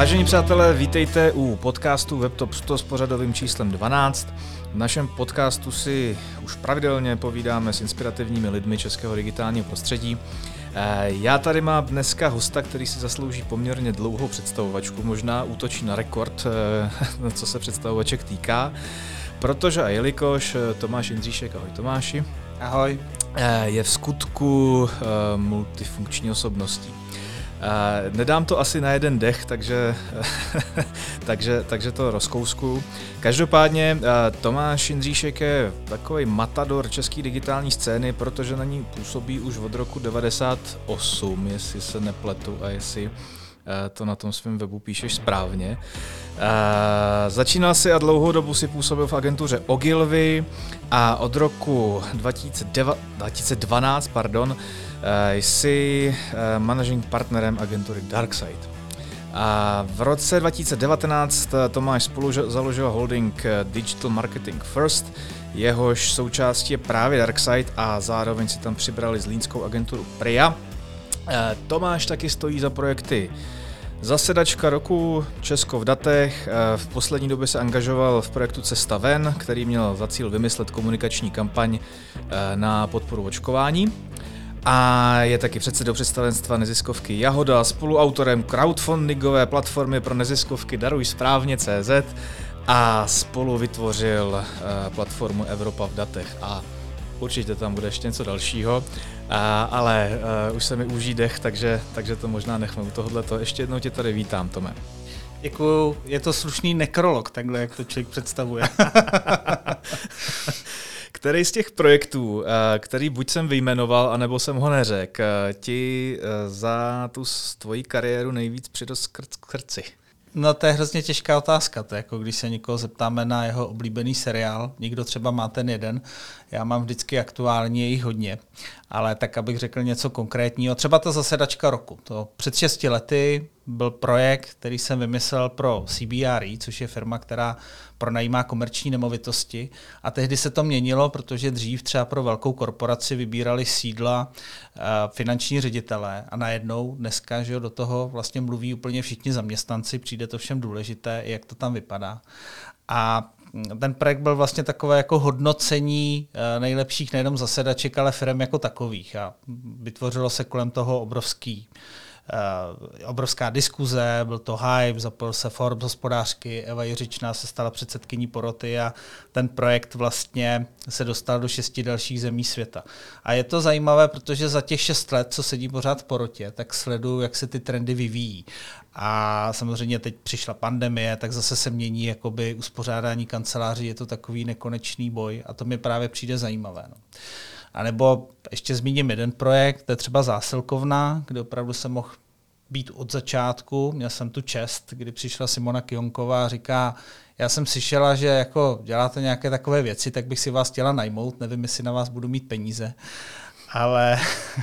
Vážení přátelé, vítejte u podcastu WebTop 100 s pořadovým číslem 12. V našem podcastu si už pravidelně povídáme s inspirativními lidmi českého digitálního prostředí. Já tady mám dneska hosta, který si zaslouží poměrně dlouhou představovačku, možná útočí na rekord, co se představovaček týká, protože a jelikož Tomáš Jindříšek, ahoj Tomáši. Ahoj. Je v skutku multifunkční osobností. Nedám to asi na jeden dech, takže to rozkouskuju. Každopádně Tomáš Jindříšek je takový matador české digitální scény, protože na ní působí už od roku 98, jestli se nepletu a jestli to na tom svém webu píšeš správně. Začínal si a dlouhou dobu si působil v agentuře Ogilvy a od roku 2012 jsi managing partnerem agentury Darkside. A v roce 2019 Tomáš spolu založil holding Digital Marketing First, jehož součástí je právě Darkside a zároveň si tam přibrali zlínskou agenturu Pria. Tomáš taky stojí za projekty Zasedačka roku, Česko v datech, v poslední době se angažoval v projektu Cesta ven, který měl za cíl vymyslet komunikační kampaň na podporu očkování. A je taky předsedou představenstva neziskovky Jahoda, spoluautorem crowdfundingové platformy pro neziskovky Daruj správně CZ a spolu vytvořil platformu Evropa v datech a určitě tam bude ještě něco dalšího, ale už se mi uží dech, takže to možná nechme u tohohleto. Ještě jednou tě tady vítám, Tome. Děkuju, je to slušný nekrolog, takhle jak to člověk představuje. Který z těch projektů, který buď jsem vyjmenoval, anebo jsem ho neřekl, ti za tu tvoji kariéru nejvíc přidost krci? No to je hrozně těžká otázka, to je jako když se někoho zeptáme na jeho oblíbený seriál, někdo třeba má ten jeden, já mám vždycky aktuálně jich hodně, ale tak abych řekl něco konkrétního, třeba ta Zasedačka roku, to před 6 lety byl projekt, který jsem vymyslel pro CBRE, což je firma, která pronajímá komerční nemovitosti a tehdy se to měnilo, protože dřív třeba pro velkou korporaci vybírali sídla finanční ředitelé a najednou dneska že do toho vlastně mluví úplně všichni zaměstnanci, přijde to všem důležité, jak to tam vypadá. A ten projekt byl vlastně takové jako hodnocení nejlepších nejenom zasedaček, ale firm jako takových a vytvořilo se kolem toho obrovská diskuze, byl to hype, zapojil se Forbes hospodářky, Eva Jiřičná se stala předsedkyní poroty a ten projekt vlastně se dostal do 6 dalších zemí světa. A je to zajímavé, protože za těch 6 let, co sedí pořád v porotě, tak sleduju, jak se ty trendy vyvíjí. A samozřejmě teď přišla pandemie, tak zase se mění jakoby uspořádání kanceláří, je to takový nekonečný boj a to mi právě přijde zajímavé. No. A nebo ještě zmíním jeden projekt, to je třeba zásilkovna, kde opravdu jsem mohl být od začátku. Měl jsem tu čest, kdy přišla Simona Kionková a říká, já jsem slyšela, že jako děláte nějaké takové věci, tak bych si vás chtěla najmout, nevím, jestli na vás budu mít peníze. Ale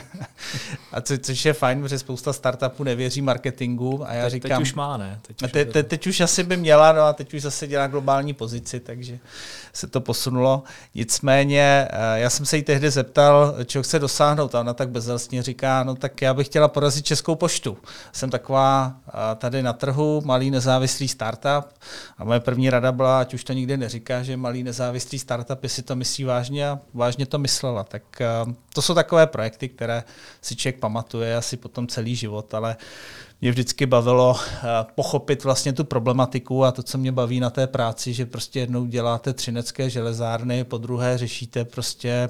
a což je fajn, protože spousta startupů nevěří marketingu a já říkám... Teď už má, ne? Teď už asi by měla, no a teď už zase dělá globální pozici, takže se to posunulo. Nicméně já jsem se jí tehdy zeptal, čeho chce dosáhnout a ona tak bezzelstně říká, no tak já bych chtěla porazit Českou poštu. Jsem taková tady na trhu, malý nezávislý startup a moje první rada byla, ať už to nikdy neříká, že malý nezávislý startup, jestli to myslí vážně a vážně to myslela. Tak to jsou takové projekty, které si člověk pamatuje asi potom celý život, ale mě vždycky bavilo pochopit vlastně tu problematiku a to, co mě baví na té práci, že prostě jednou děláte třinecké železárny, po druhé řešíte prostě,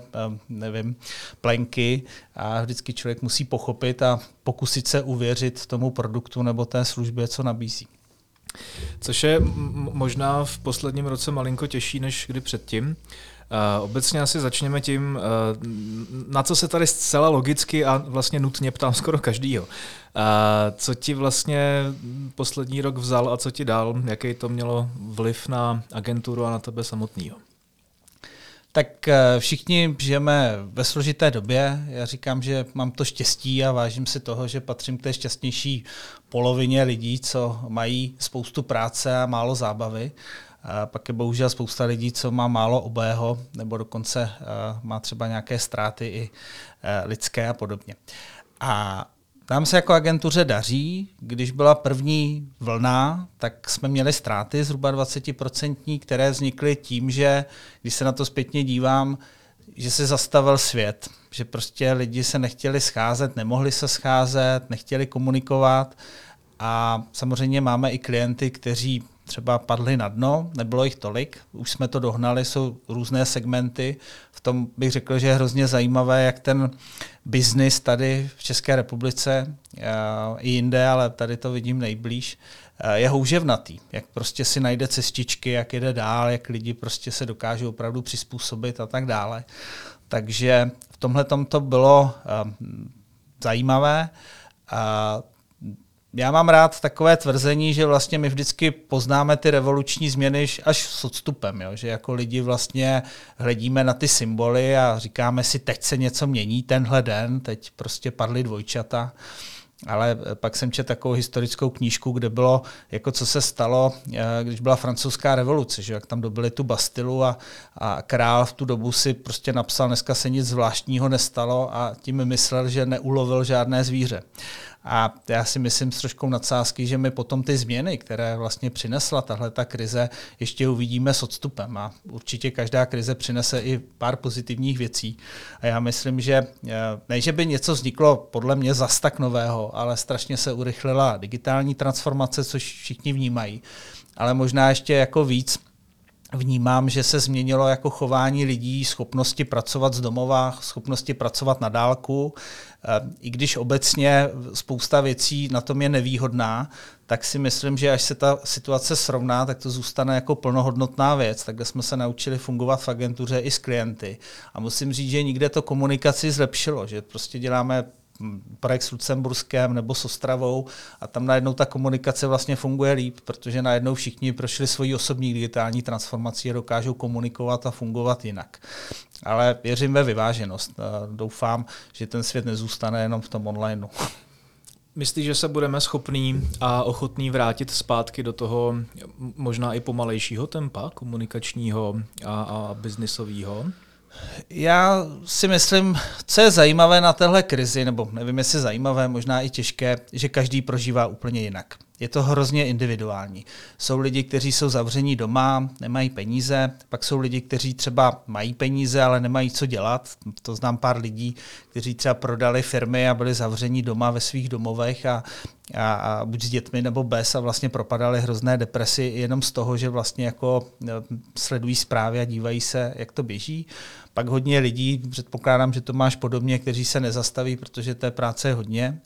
plenky a vždycky člověk musí pochopit a pokusit se uvěřit tomu produktu nebo té službě, co nabízí. Což je možná v posledním roce malinko těžší než kdy předtím. Obecně asi začněme tím, na co se tady zcela logicky a vlastně nutně ptám skoro každýho. Co ti vlastně poslední rok vzal a co ti dal? Jaký to mělo vliv na agenturu a na tebe samotného? Tak všichni žijeme ve složité době. Já říkám, že mám to štěstí a vážím si toho, že patřím k té šťastnější polovině lidí, co mají spoustu práce a málo zábavy. A pak je bohužel spousta lidí, co má málo obého, nebo dokonce má třeba nějaké ztráty i lidské a podobně. A Nám se jako agentuře daří. Když byla první vlna, tak jsme měli ztráty zhruba 20%, které vznikly tím, že když se na to zpětně dívám, že se zastavil svět, že prostě lidi se nechtěli scházet, nemohli se scházet, nechtěli komunikovat a samozřejmě máme i klienty, kteří třeba padli na dno, nebylo jich tolik, už jsme to dohnali, jsou různé segmenty. V tom bych řekl, že je hrozně zajímavé, jak ten biznis tady v České republice i jinde, ale tady to vidím nejblíž, je houževnatý, jak prostě si najde cestičky, jak jede dál, jak lidi prostě se dokážou opravdu přizpůsobit a tak dále. Takže v tomhletom to bylo zajímavé. Já mám rád takové tvrzení, že vlastně my vždycky poznáme ty revoluční změny až s odstupem, jo? Že jako lidi vlastně hledíme na ty symboly a říkáme si, teď se něco mění tenhle den, teď prostě padly dvojčata. Ale pak jsem četl takovou historickou knížku, kde bylo, jako co se stalo, když byla francouzská revoluce, že jak tam dobili tu Bastilu a král v tu dobu si prostě napsal, dneska se nic zvláštního nestalo a tím myslel, že neulovil žádné zvíře. A já si myslím s troškou nadsázky, že my potom ty změny, které vlastně přinesla tahleta krize, ještě uvidíme s odstupem. A určitě každá krize přinese i pár pozitivních věcí. A já myslím, že ne, že by něco vzniklo podle mě zas tak nového, ale strašně se urychlila digitální transformace, což všichni vnímají. Ale možná ještě jako víc vnímám, že se změnilo jako chování lidí, schopnosti pracovat z domova, schopnosti pracovat na dálku. I když obecně spousta věcí na tom je nevýhodná, tak si myslím, že až se ta situace srovná, tak to zůstane jako plnohodnotná věc, tak kde jsme se naučili fungovat v agentuře i s klienty. A musím říct, že nikde to komunikaci zlepšilo, že prostě děláme projekt s Lucemburskem nebo s Ostravou a tam najednou ta komunikace vlastně funguje líp, protože najednou všichni prošli svoji osobní digitální transformaci a dokážou komunikovat a fungovat jinak. Ale věřím ve vyváženost. Doufám, že ten svět nezůstane jenom v tom onlineu. Myslíš, že se budeme schopní a ochotní vrátit zpátky do toho možná i pomalejšího tempa komunikačního a biznisového? Já si myslím, co je zajímavé na téhle krizi, nebo nevím, jestli zajímavé, možná i těžké, že každý prožívá úplně jinak. Je to hrozně individuální. Jsou lidi, kteří jsou zavření doma, nemají peníze, pak jsou lidi, kteří třeba mají peníze, ale nemají co dělat. To znám pár lidí, kteří třeba prodali firmy a byli zavření doma ve svých domovech a buď s dětmi nebo bez a vlastně propadali hrozné depresi jenom z toho, že vlastně jako sledují zprávy a dívají se, jak to běží. Pak hodně lidí, předpokládám, že to máš podobně, kteří se nezastaví, protože té práce je hodně.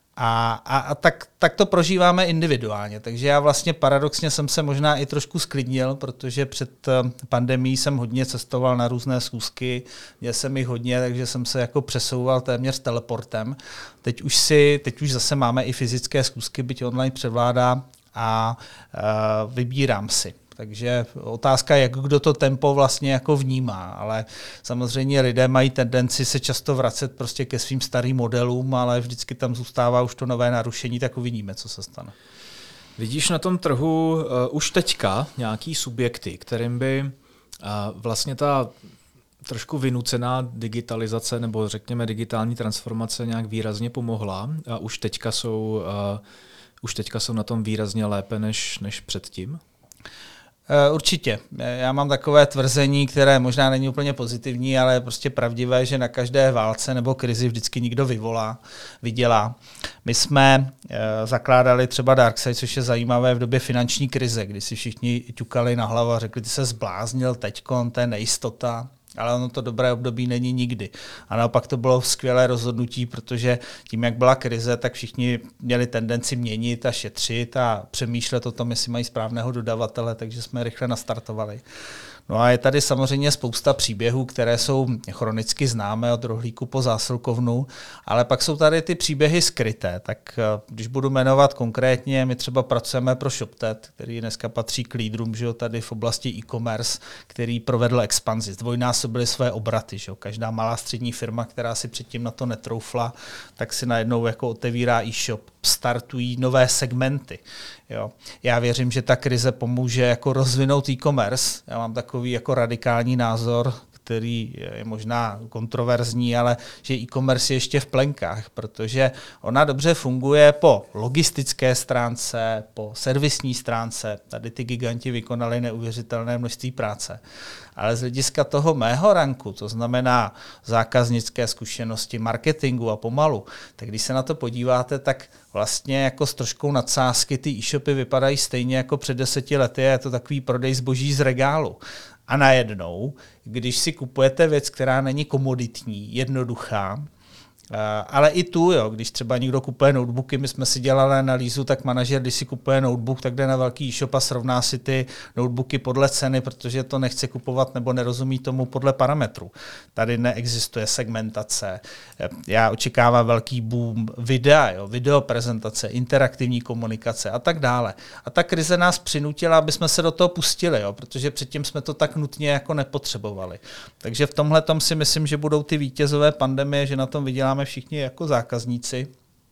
A tak to prožíváme individuálně. Takže já vlastně paradoxně jsem se možná i trošku sklidnil, protože před pandemií jsem hodně cestoval na různé schůzky, měl jsem jich hodně, takže jsem se jako přesouval téměř teleportem. Teď už zase máme i fyzické schůzky, byť online převládá a vybírám si. Takže otázka je, jak kdo to tempo vlastně jako vnímá, ale samozřejmě lidé mají tendenci se často vracet prostě ke svým starým modelům, ale vždycky tam zůstává už to nové narušení, tak uvidíme, co se stane. Vidíš na tom trhu už teďka nějaký subjekty, kterým by vlastně ta trošku vynucená digitalizace nebo řekněme digitální transformace nějak výrazně pomohla a už teďka jsou na tom výrazně lépe než předtím? Určitě. Já mám takové tvrzení, které možná není úplně pozitivní, ale je prostě pravdivé, že na každé válce nebo krizi vždycky někdo vydělá. My jsme zakládali třeba DarkSide, což je zajímavé v době finanční krize, kdy si všichni ťukali na hlavu a řekli, ty se zbláznil teďkon, to je nejistota. Ale ono to dobré období není nikdy. A naopak to bylo skvělé rozhodnutí, protože tím, jak byla krize, tak všichni měli tendenci měnit a šetřit a přemýšlet o tom, jestli mají správného dodavatele, takže jsme rychle nastartovali. No a je tady samozřejmě spousta příběhů, které jsou chronicky známé od rohlíku po zásilkovnu, ale pak jsou tady ty příběhy skryté. Tak když budu jmenovat konkrétně, my třeba pracujeme pro ShopTet, který dneska patří k lídrům, že jo, tady v oblasti e-commerce, který provedl expanzi. Zdvojnásobili své obraty. Že jo. Každá malá střední firma, která si předtím na to netroufla, tak si najednou jako otevírá e-shop, startují nové segmenty. Jo. Já věřím, že ta krize pomůže jako rozvinout e-commerce. Já mám takový jako radikální názor, který je možná kontroverzní, ale že e-commerce je ještě v plenkách, protože ona dobře funguje po logistické stránce, po servisní stránce. Tady ty giganti vykonali neuvěřitelné množství práce. Ale z hlediska toho mého ranku, to znamená zákaznické zkušenosti, marketingu a pomalu, tak když se na to podíváte, tak vlastně jako s troškou nadsázky ty e-shopy vypadají stejně jako před 10 lety a je to takový prodej zboží z regálu. A najednou, když si kupujete věc, která není komoditní, jednoduchá, ale i tu, když třeba někdo kupuje notebooky, my jsme si dělali analýzu, tak manažer, když si kupuje notebook, tak jde na velký e-shop a srovná si ty notebooky podle ceny, protože to nechce kupovat nebo nerozumí tomu podle parametrů. Tady neexistuje segmentace. Já očekávám velký boom videa, videoprezentace, interaktivní komunikace a tak dále. A ta krize nás přinutila, aby jsme se do toho pustili, protože předtím jsme to tak nutně jako nepotřebovali. Takže v tomhletom si myslím, že budou ty vítězové pandemie, že na tom vyděláme všichni jako zákazníci.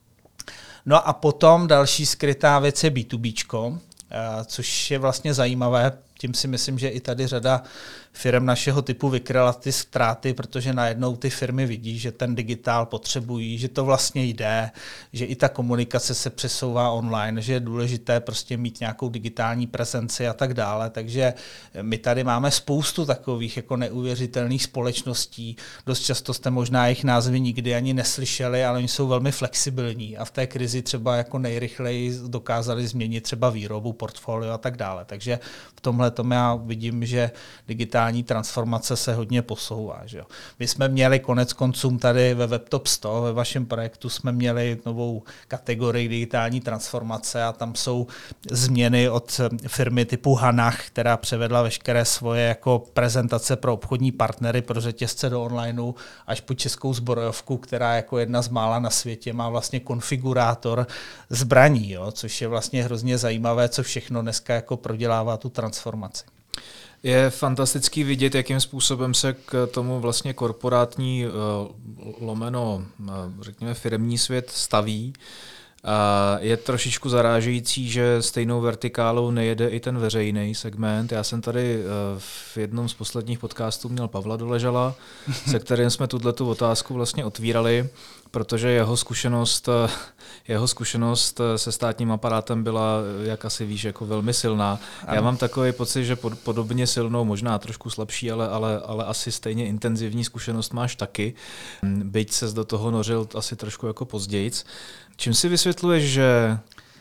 No a potom další skrytá věc je B2Bčko, což je vlastně zajímavé. Tím si myslím, že i tady řada firm našeho typu vykryla ty ztráty, protože najednou ty firmy vidí, že ten digitál potřebují, že to vlastně jde, že i ta komunikace se přesouvá online, že je důležité prostě mít nějakou digitální prezenci a tak dále. Takže my tady máme spoustu takových jako neuvěřitelných společností. Dost často jste možná jejich názvy nikdy ani neslyšeli, ale oni jsou velmi flexibilní a v té krizi třeba jako nejrychleji dokázali změnit třeba výrobu, portfolio a tak dále. Takže v tomhle tom já vidím, že digitální transformace se hodně posouvá. Že jo. My jsme měli konec konců tady ve WebTop 100, ve vašem projektu jsme měli novou kategorii digitální transformace a tam jsou změny od firmy typu Hanach, která převedla veškeré svoje jako prezentace pro obchodní partnery, pro řetězce do onlineu, až po Českou zbrojovku, která jako jedna z mála na světě má vlastně konfigurátor zbraní, což je vlastně hrozně zajímavé, co všechno dneska jako prodělává tu transformaci. Je fantastický vidět, jakým způsobem se k tomu vlastně korporátní lomeno, řekněme, firemní svět staví. Je trošičku zarážející, že stejnou vertikálou nejede i ten veřejný segment. Já jsem tady v jednom z posledních podcastů měl Pavla Doležala, se kterým jsme tuto otázku vlastně otvírali, protože jeho zkušenost se státním aparátem byla, jak asi víš, jako velmi silná. Ano. Já mám takový pocit, že podobně silnou, možná trošku slabší, ale asi stejně intenzivní zkušenost máš taky. Byť ses do toho nořil asi trošku jako pozdějc. Čím si vysvětluješ, že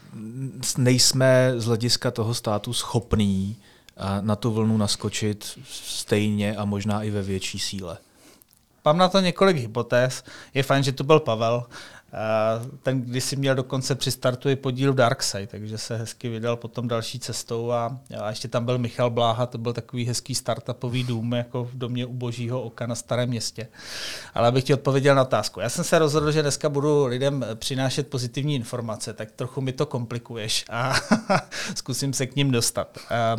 nejsme z hlediska toho státu schopní na tu vlnu naskočit stejně a možná i ve větší síle? Mám na to několik hypotéz. Je fajn, že tu byl Pavel. Ten kdysi měl dokonce při startu i podíl v Darkside, takže se hezky vydal potom další cestou a ještě tam byl Michal Bláha, to byl takový hezký startupový dům jako v domě u Božího oka na Starém Městě. Ale abych ti odpověděl na otázku. Já jsem se rozhodl, že dneska budu lidem přinášet pozitivní informace, tak trochu mi to komplikuješ a zkusím se k ním dostat.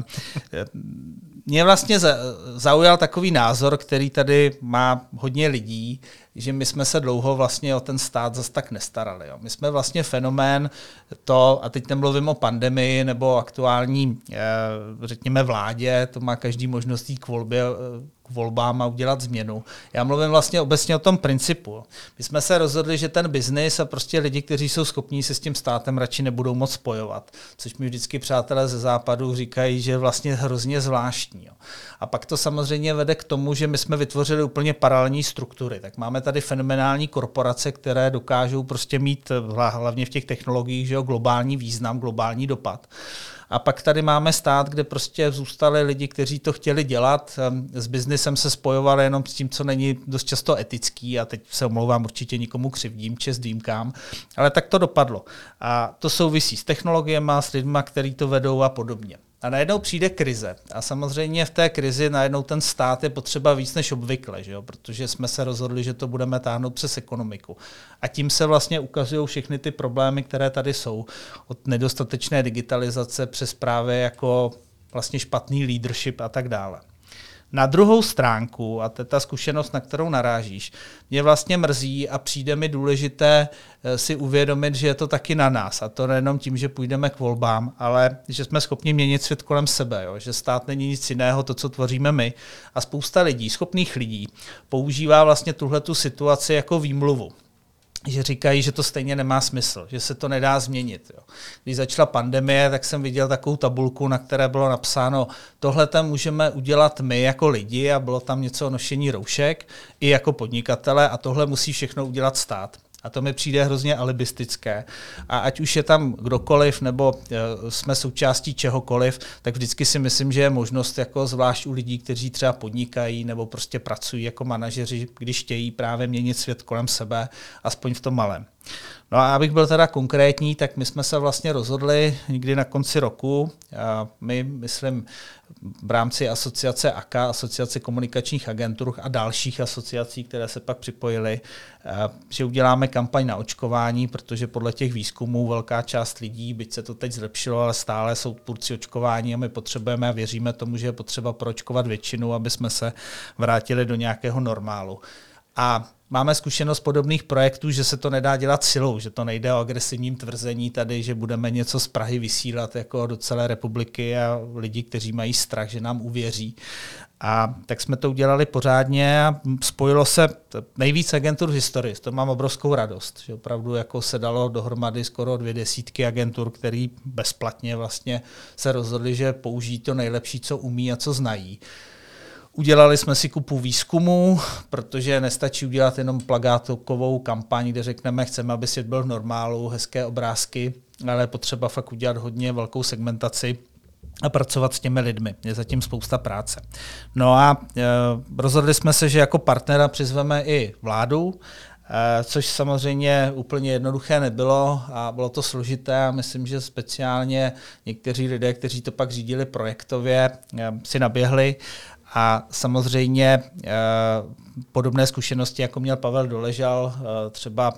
Mě vlastně zaujal takový názor, který tady má hodně lidí, že my jsme se dlouho vlastně o ten stát zas tak nestarali. Jo. My jsme vlastně fenomén to, a teď nemluvím o pandemii nebo aktuální, řekněme, vládě, to má každý možnost jít k volbám a udělat změnu. Já mluvím vlastně obecně o tom principu. My jsme se rozhodli, že ten biznis a prostě lidi, kteří jsou schopní se s tím státem radši nebudou moc spojovat, což mi vždycky přátelé ze západu říkají, že je vlastně hrozně zvláštní. Jo. A pak to samozřejmě vede k tomu, že my jsme vytvořili úplně paralelní struktury. Tak máme tady fenomenální korporace, které dokážou prostě mít hlavně v těch technologiích, že jo, globální význam, globální dopad. A pak tady máme stát, kde prostě zůstali lidi, kteří to chtěli dělat, s biznesem se spojovali jenom s tím, co není dost často etický, a teď se omlouvám, určitě nikomu křivdím, čest výjimkám, ale tak to dopadlo. A to souvisí s technologiemi, s lidmi, kteří to vedou a podobně. A najednou přijde krize. A samozřejmě v té krizi najednou ten stát je potřeba víc než obvykle, že jo? Protože jsme se rozhodli, že to budeme táhnout přes ekonomiku. A tím se vlastně ukazují všechny ty problémy, které tady jsou. Od nedostatečné digitalizace přes právě jako vlastně špatný leadership a tak dále. Na druhou stránku, a to je ta zkušenost, na kterou narážíš, mě vlastně mrzí a přijde mi důležité si uvědomit, že je to taky na nás. A to nejenom tím, že půjdeme k volbám, ale že jsme schopni měnit svět kolem sebe. Jo? Že stát není nic jiného, to, co tvoříme my. A spousta lidí, schopných lidí, používá vlastně tuhletu situaci jako výmluvu. Že říkají, že to stejně nemá smysl, že se to nedá změnit. Jo. Když začala pandemie, tak jsem viděl takovou tabulku, na které bylo napsáno, tohle tam můžeme udělat my jako lidi a bylo tam něco o nošení roušek i jako podnikatele a tohle musí všechno udělat stát. A to mi přijde hrozně alibistické. A ať už je tam kdokoliv, nebo jsme součástí čehokoliv, tak vždycky si myslím, že je možnost, jako zvlášť u lidí, kteří třeba podnikají nebo prostě pracují jako manažeři, když chtějí právě měnit svět kolem sebe, aspoň v tom malém. No a abych byl teda konkrétní, tak my jsme se vlastně rozhodli někdy na konci roku, my, myslím, v rámci asociace AKA, asociace komunikačních agentur a dalších asociací, které se pak připojily, že uděláme kampaň na očkování, protože podle těch výzkumů velká část lidí, byť se to teď zlepšilo, ale stále jsou odpůrci očkování a my potřebujeme a věříme tomu, že je potřeba proočkovat většinu, aby jsme se vrátili do nějakého normálu. A máme zkušenost podobných projektů, že se to nedá dělat silou, že to nejde o agresivním tvrzení tady, že budeme něco z Prahy vysílat jako do celé republiky a lidi, kteří mají strach, že nám uvěří. A tak jsme to udělali pořádně a spojilo se nejvíc agentur v historii. To mám obrovskou radost, že opravdu jako se dalo dohromady skoro 20 agentur, který bezplatně vlastně se rozhodli, že použijí to nejlepší, co umí a co znají. Udělali jsme si kupu výzkumu, protože nestačí udělat jenom plagátovou kampaň, kde řekneme, chceme, aby svět byl v normálu, hezké obrázky, ale je potřeba fakt udělat hodně velkou segmentaci a pracovat s těmi lidmi. Je zatím spousta práce. No a rozhodli jsme se, že jako partnera přizveme i vládu, což samozřejmě úplně jednoduché nebylo a bylo to složité a myslím, že speciálně někteří lidé, kteří to pak řídili projektově, si naběhli. A samozřejmě podobné zkušenosti, jako měl Pavel Doležal, třeba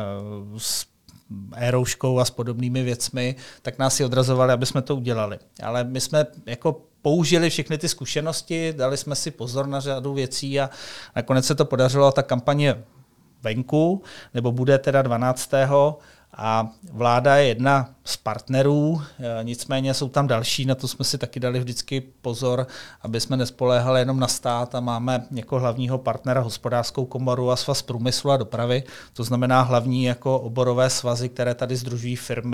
s e-rouškou a s podobnými věcmi, tak nás si odrazovali, aby jsme to udělali. Ale my jsme jako použili všechny ty zkušenosti, dali jsme si pozor na řadu věcí a nakonec se to podařilo, ta kampaně venku, nebo bude teda 12. A vláda je jedna z partnerů, nicméně jsou tam další, na to jsme si taky dali vždycky pozor, aby jsme nespoléhali jenom na stát a máme jako hlavního partnera Hospodářskou komoru a Svaz průmyslu a dopravy, to znamená hlavní jako oborové svazy, které tady sdružují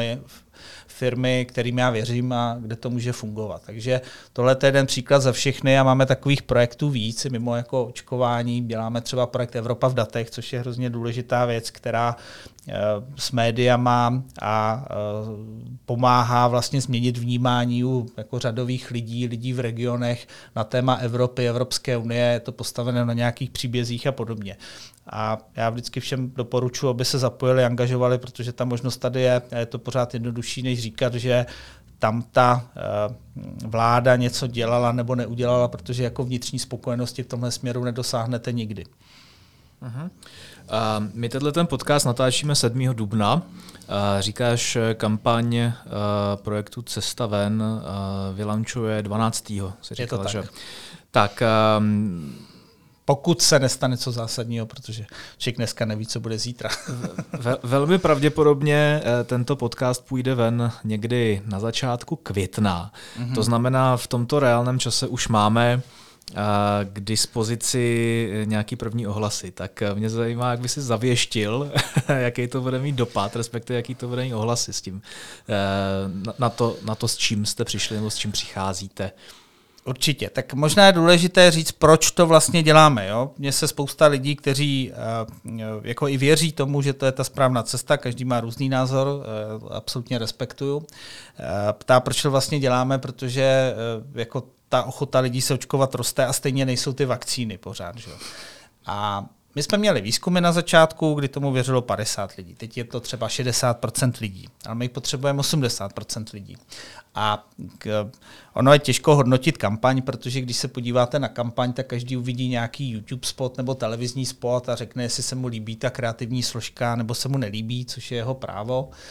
firmy, kterým já věřím a kde to může fungovat. Takže tohle je jeden příklad za všechny a máme takových projektů víc, mimo jako očkování, děláme třeba projekt Evropa v datech, což je hrozně důležitá věc, která s médiama a pomáhá vlastně změnit vnímání u jako řadových lidí v regionech na téma Evropy, Evropské unie, je to postavené na nějakých příbězích a podobně. A já vždycky všem doporučuji, aby se zapojili, angažovali, protože ta možnost tady je a je to pořád jednodušší, než říkat, že tam ta vláda něco dělala nebo neudělala, protože jako vnitřní spokojenosti v tomhle směru nedosáhnete nikdy. Uh-huh. My ten podcast natáčíme 7. dubna. Říkáš, kampaň projektu Cesta ven vylančuje 12. Se říkala, je to tak. Že? Tak pokud se nestane co zásadního, protože člověk dneska neví, co bude zítra. Velmi pravděpodobně tento podcast půjde ven někdy na začátku května. Mm-hmm. To znamená, v tomto reálném čase už máme k dispozici nějaký první ohlasy. Tak mě zajímá, jak by si zavěštil, jaký to bude mít dopad, respektive jaký to bude mít ohlasy s tím, na to, s čím jste přišli nebo s čím přicházíte. Určitě. Tak možná je důležité říct, proč to vlastně děláme. Jo? Mně se spousta lidí, kteří jako i věří tomu, že to je ta správná cesta, každý má různý názor, absolutně respektuju, ptá, proč to vlastně děláme, protože jako ta ochota lidí se očkovat roste a stejně nejsou ty vakcíny pořád. Že? A my jsme měli výzkumy na začátku, kdy tomu věřilo 50 lidí. Teď je to třeba 60% lidí, ale my potřebujeme 80% lidí. A ono je těžko hodnotit kampaň, protože když se podíváte na kampaň, tak každý uvidí nějaký YouTube spot nebo televizní spot a řekne, jestli se mu líbí ta kreativní složka nebo se mu nelíbí, což je jeho právo.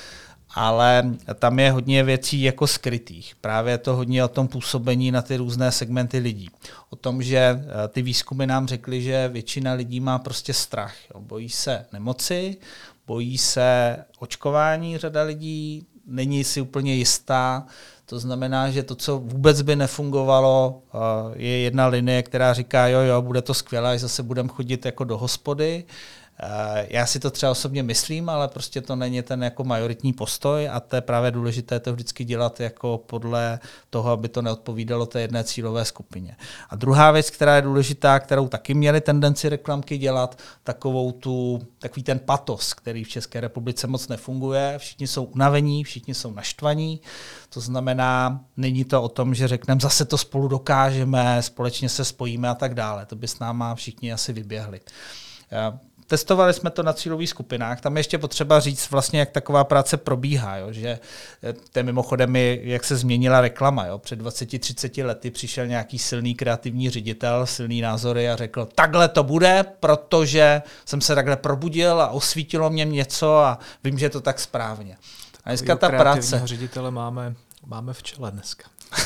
ale tam je hodně věcí jako skrytých. Právě je to hodně o tom působení na ty různé segmenty lidí. O tom, že ty výzkumy nám řekly, že většina lidí má prostě strach. Jo. Bojí se nemoci, bojí se očkování řada lidí, není si úplně jistá. To znamená, že to, co vůbec by nefungovalo, je jedna linie, která říká, jo, bude to skvělé, až zase budeme chodit jako do hospody. Já si to třeba osobně myslím, ale prostě to není ten jako majoritní postoj a to je právě důležité to vždycky dělat jako podle toho, aby to neodpovídalo té jedné cílové skupině. A druhá věc, která je důležitá, kterou taky měly tendenci reklamky dělat, takový ten patos, který v České republice moc nefunguje. Všichni jsou unavení, všichni jsou naštvaní. To znamená, není to o tom, že řekneme, zase to spolu dokážeme, společně se spojíme a tak dále. To by s náma všichni asi vyběhli. Testovali jsme to na cílových skupinách. Tam je ještě potřeba říct vlastně, jak taková práce probíhá. Jo? Že to je mimochodem, jak se změnila reklama. Jo? Před 20-30 lety přišel nějaký silný kreativní ředitel, silný názory a řekl, takhle to bude, protože jsem se takhle probudil a osvítilo mě něco a vím, že je to tak správně. A dneska ta práce... ředitele máme v čele dneska.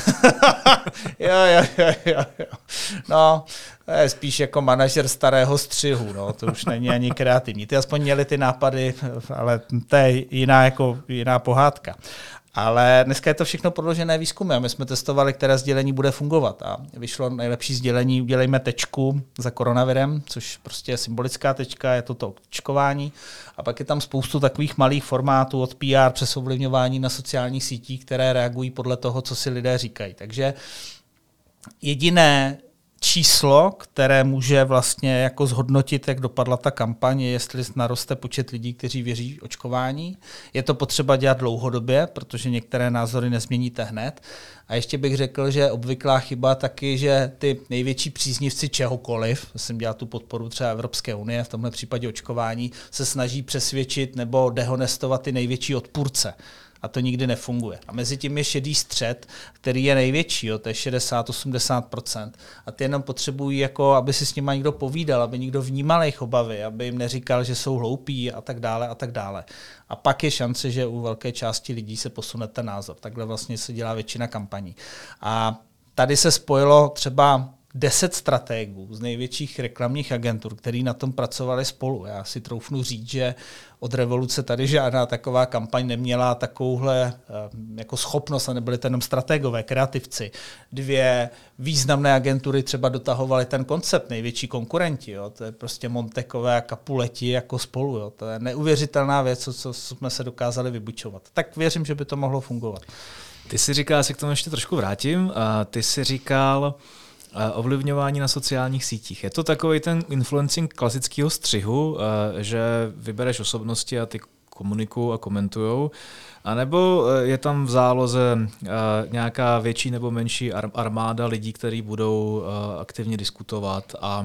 Jo. No, to je spíš jako manažer starého střihu, no, to už není ani kreativní. Ty aspoň měli ty nápady, ale to je jiná pohádka. Ale dneska je to všechno podložené výzkumy a my jsme testovali, které sdělení bude fungovat a vyšlo nejlepší sdělení, udělejme tečku za koronavirem, což prostě je symbolická tečka, je to očkování a pak je tam spoustu takových malých formátů od PR přes ovlivňování na sociálních sítích, které reagují podle toho, co si lidé říkají. Takže jediné číslo, které může vlastně jako zhodnotit, jak dopadla ta kampaň, je, jestli naroste počet lidí, kteří věří očkování. Je to potřeba dělat dlouhodobě, protože některé názory nezměníte hned. A ještě bych řekl, že obvyklá chyba taky, že ty největší příznivci čehokoliv, jsem dělal tu podporu třeba Evropské unie, v tomhle případě očkování, se snaží přesvědčit nebo dehonestovat ty největší odpůrce. A to nikdy nefunguje. A mezi tím je šedý střed, který je největší, jo, to je 60-80%. A ty jenom potřebují, jako, aby si s nimi někdo povídal, aby někdo vnímal jejich obavy, aby jim neříkal, že jsou hloupí a tak dále a tak dále. A pak je šance, že u velké části lidí se posune ten názor. Takhle vlastně se dělá většina kampaní. A tady se spojilo třeba 10 strategů z největších reklamních agentur, který na tom pracovali spolu. Já si troufnu říct, že od revoluce tady žádná taková kampaň neměla takovouhle jako schopnost a nebyly to jenom strategové, kreativci. 2 významné agentury třeba dotahovaly ten koncept, největší konkurenti. Jo. To je prostě Montekové a Capuleti jako spolu. Jo. To je neuvěřitelná věc, co jsme se dokázali vybučovat. Tak věřím, že by to mohlo fungovat. Ty si říkal, já se k tomu ještě trošku vrátím, ty si říkal ovlivňování na sociálních sítích. Je to takový ten influencing klasického střihu, že vybereš osobnosti a ty komunikují a komentujou, anebo je tam v záloze nějaká větší nebo menší armáda lidí, kteří budou aktivně diskutovat a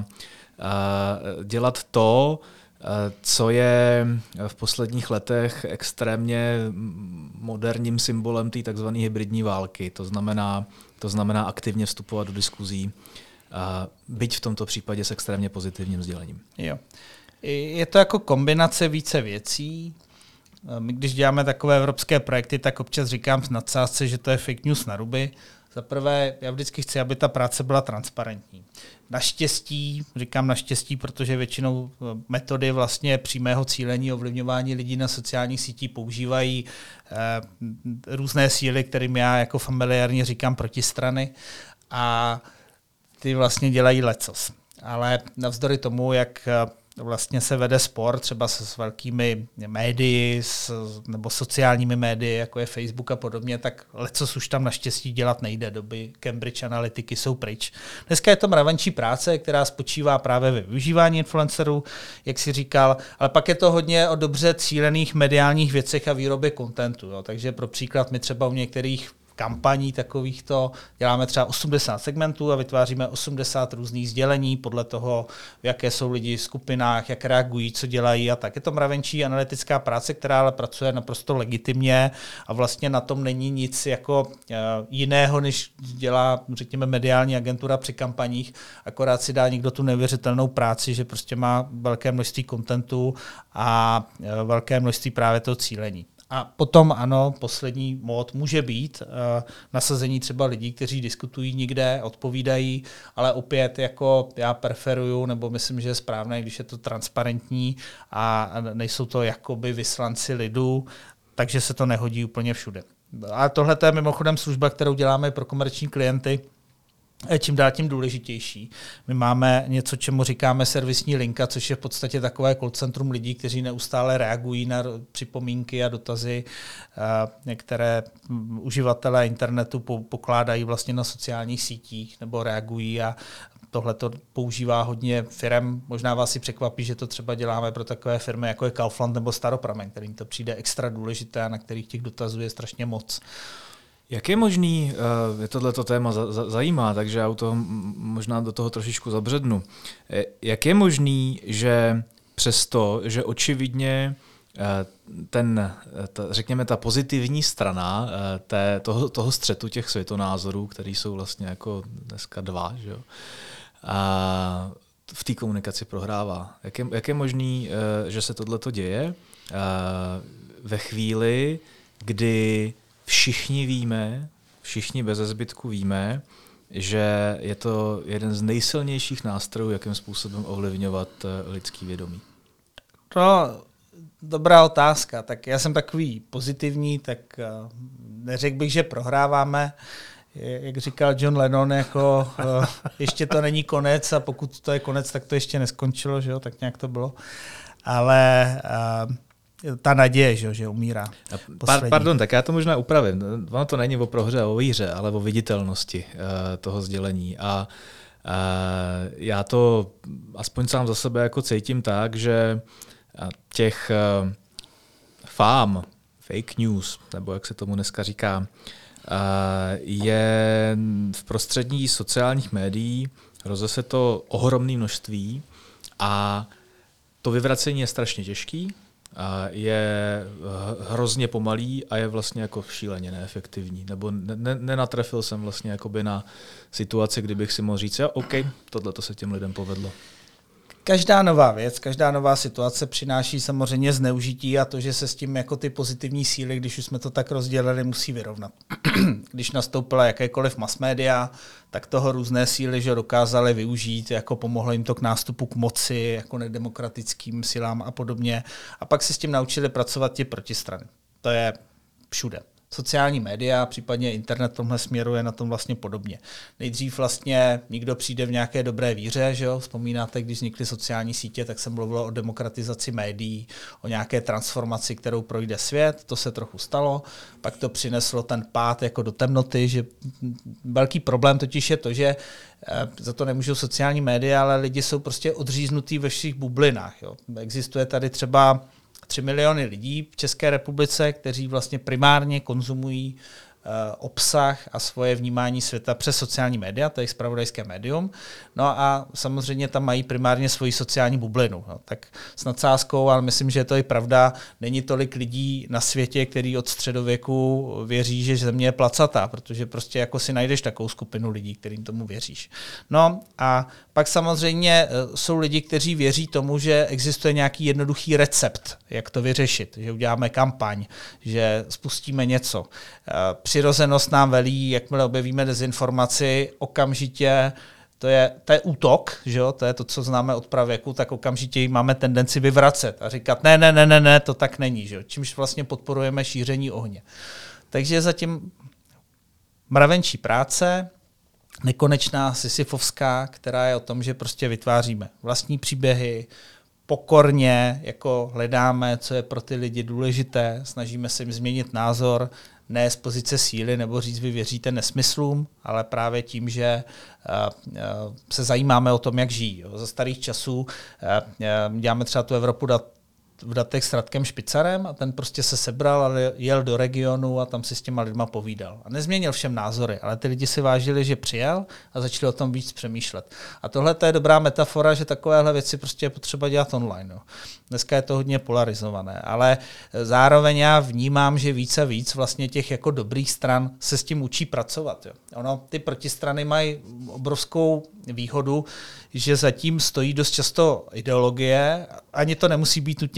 dělat to, co je v posledních letech extrémně moderním symbolem té takzvané hybridní války. To znamená aktivně vstupovat do diskuzí, byť v tomto případě s extrémně pozitivním sdělením. Jo. Je to jako kombinace více věcí. My, když děláme takové evropské projekty, tak občas říkám s nadsázce, že to je fake news na ruby. Za prvé, já vždycky chci, aby ta práce byla transparentní. Naštěstí, říkám naštěstí, protože většinou metody vlastně přímého cílení, ovlivňování lidí na sociálních sítích používají různé síly, kterým já jako familiárně říkám protistrany a ty vlastně dělají lecos. Ale navzdory tomu, jak vlastně se vede spor třeba s velkými médii nebo sociálními médii, jako je Facebook a podobně, tak lecos už tam naštěstí dělat nejde. Doby Cambridge Analytiky jsou pryč. Dneska je to mravenčí práce, která spočívá právě ve využívání influencerů, jak si říkal, ale pak je to hodně o dobře cílených mediálních věcech a výrobě kontentu. Jo. Takže pro příklad my třeba u některých kampaní takovýchto děláme třeba 80 segmentů a vytváříme 80 různých sdělení podle toho, v jaké jsou lidi v skupinách, jak reagují, co dělají a tak. Je to mravenčí analytická práce, která ale pracuje naprosto legitimně a vlastně na tom není nic jako jiného, než dělá, řekněme, mediální agentura při kampaních, akorát si dá někdo tu neuvěřitelnou práci, že prostě má velké množství kontentu a velké množství právě toho cílení. A potom ano, poslední mód může být nasazení třeba lidí, kteří diskutují někde, odpovídají, ale opět jako já preferuju, nebo myslím, že je správné, když je to transparentní a nejsou to jakoby vyslanci lidu, takže se to nehodí úplně všude. A tohle je mimochodem služba, kterou děláme pro komerční klienty, čím dál tím důležitější. My máme něco, čemu říkáme servisní linka, což je v podstatě takové call centrum lidí, kteří neustále reagují na připomínky a dotazy, některé uživatelé internetu pokládají vlastně na sociálních sítích nebo reagují a tohle to používá hodně firem. Možná vás si překvapí, že to třeba děláme pro takové firmy, jako je Kaufland nebo Staropramen, kterým to přijde extra důležité a na kterých těch dotazů je strašně moc. Jak je možný, je tohleto téma zajímá, takže já možná do toho trošičku zabřednu. Jak je možný, že přesto, že očividně řekněme, ta pozitivní strana toho střetu těch světonázorů, který jsou vlastně jako dneska dva, že jo, a v té komunikaci prohrává. Jak je možný, že se tohleto děje ve chvíli, kdy všichni beze zbytku víme, že je to jeden z nejsilnějších nástrojů, jakým způsobem ovlivňovat lidský vědomí? No, dobrá otázka. Tak já jsem takový pozitivní, tak neřekl bych, že prohráváme. Jak říkal John Lennon, jako ještě to není konec a pokud to je konec, tak to ještě neskončilo, že jo? Tak nějak to bylo. Ale ta naděje, že umírá. Pardon, tak já to možná upravím. Ono to není o prohře a o výhře, ale o viditelnosti toho sdělení. A já to aspoň sám za sebe jako cítím tak, že těch fake news, nebo jak se tomu dneska říká, je v prostředí sociálních médií, rozese to ohromné množství a to vyvracení je strašně těžký, je hrozně pomalý a je vlastně jako šíleně neefektivní. Nebo nenatrefil jsem vlastně jakoby na situaci, kdybych si mohl říct, OK, tohle to se těm lidem povedlo. Každá nová věc, každá nová situace přináší samozřejmě zneužití a to, že se s tím jako ty pozitivní síly, když už jsme to tak rozdělili, musí vyrovnat. Když nastoupila jakékoliv mass media, tak toho různé síly, že dokázali využít, jako pomohlo jim to k nástupu k moci, jako nedemokratickým silám a podobně. A pak se s tím naučili pracovat ti protistrany. To je všude. Sociální média, případně internet v tomhle směru je na tom vlastně podobně. Nejdřív vlastně někdo přijde v nějaké dobré víře, že jo? Vzpomínáte, když vznikly sociální sítě, tak se mluvilo o demokratizaci médií, o nějaké transformaci, kterou projde svět, to se trochu stalo, pak to přineslo ten pád jako do temnoty, že velký problém totiž je to, že za to nemůžou sociální média, ale lidi jsou prostě odříznutí ve všech bublinách. Jo? Existuje tady třeba 3 miliony lidí v České republice, kteří vlastně primárně konzumují obsah a svoje vnímání světa přes sociální média, to je zpravodajské médium. No a samozřejmě tam mají primárně svoji sociální bublinu. No, tak s nadsázkou, ale myslím, že je to i pravda, není tolik lidí na světě, který od středověku věří, že země je placatá, protože prostě jako si najdeš takovou skupinu lidí, kterým tomu věříš. No a pak samozřejmě jsou lidi, kteří věří tomu, že existuje nějaký jednoduchý recept, jak to vyřešit, že uděláme kampaň, že spustíme něco. Přirozenost nám velí, jakmile objevíme dezinformaci, okamžitě to je útok, že jo? To je to, co známe od pravěku, tak okamžitě ji máme tendenci vyvracet a říkat ne, to tak není, že jo? Čímž vlastně podporujeme šíření ohně. Takže zatím mravenčí práce, nekonečná sisyfovská, která je o tom, že prostě vytváříme vlastní příběhy, pokorně jako hledáme, co je pro ty lidi důležité, snažíme se jim změnit názor, ne z pozice síly nebo říct, vy věříte nesmyslům, ale právě tím, že se zajímáme o tom, jak žijí. Jo. Za starých časů děláme třeba tu Evropu v datech s Radkem Špicarem a ten prostě se sebral a jel do regionu a tam si s těma lidma povídal. A nezměnil všem názory, ale ty lidi si vážili, že přijel a začali o tom víc přemýšlet. A tohle je dobrá metafora, že takovéhle věci prostě je potřeba dělat online. Jo. Dneska je to hodně polarizované, ale zároveň já vnímám, že víc a víc vlastně těch jako dobrých stran se s tím učí pracovat. Jo. Ono, ty protistrany mají obrovskou výhodu, že zatím stojí dost často ideologie, ani to nemusí být nutně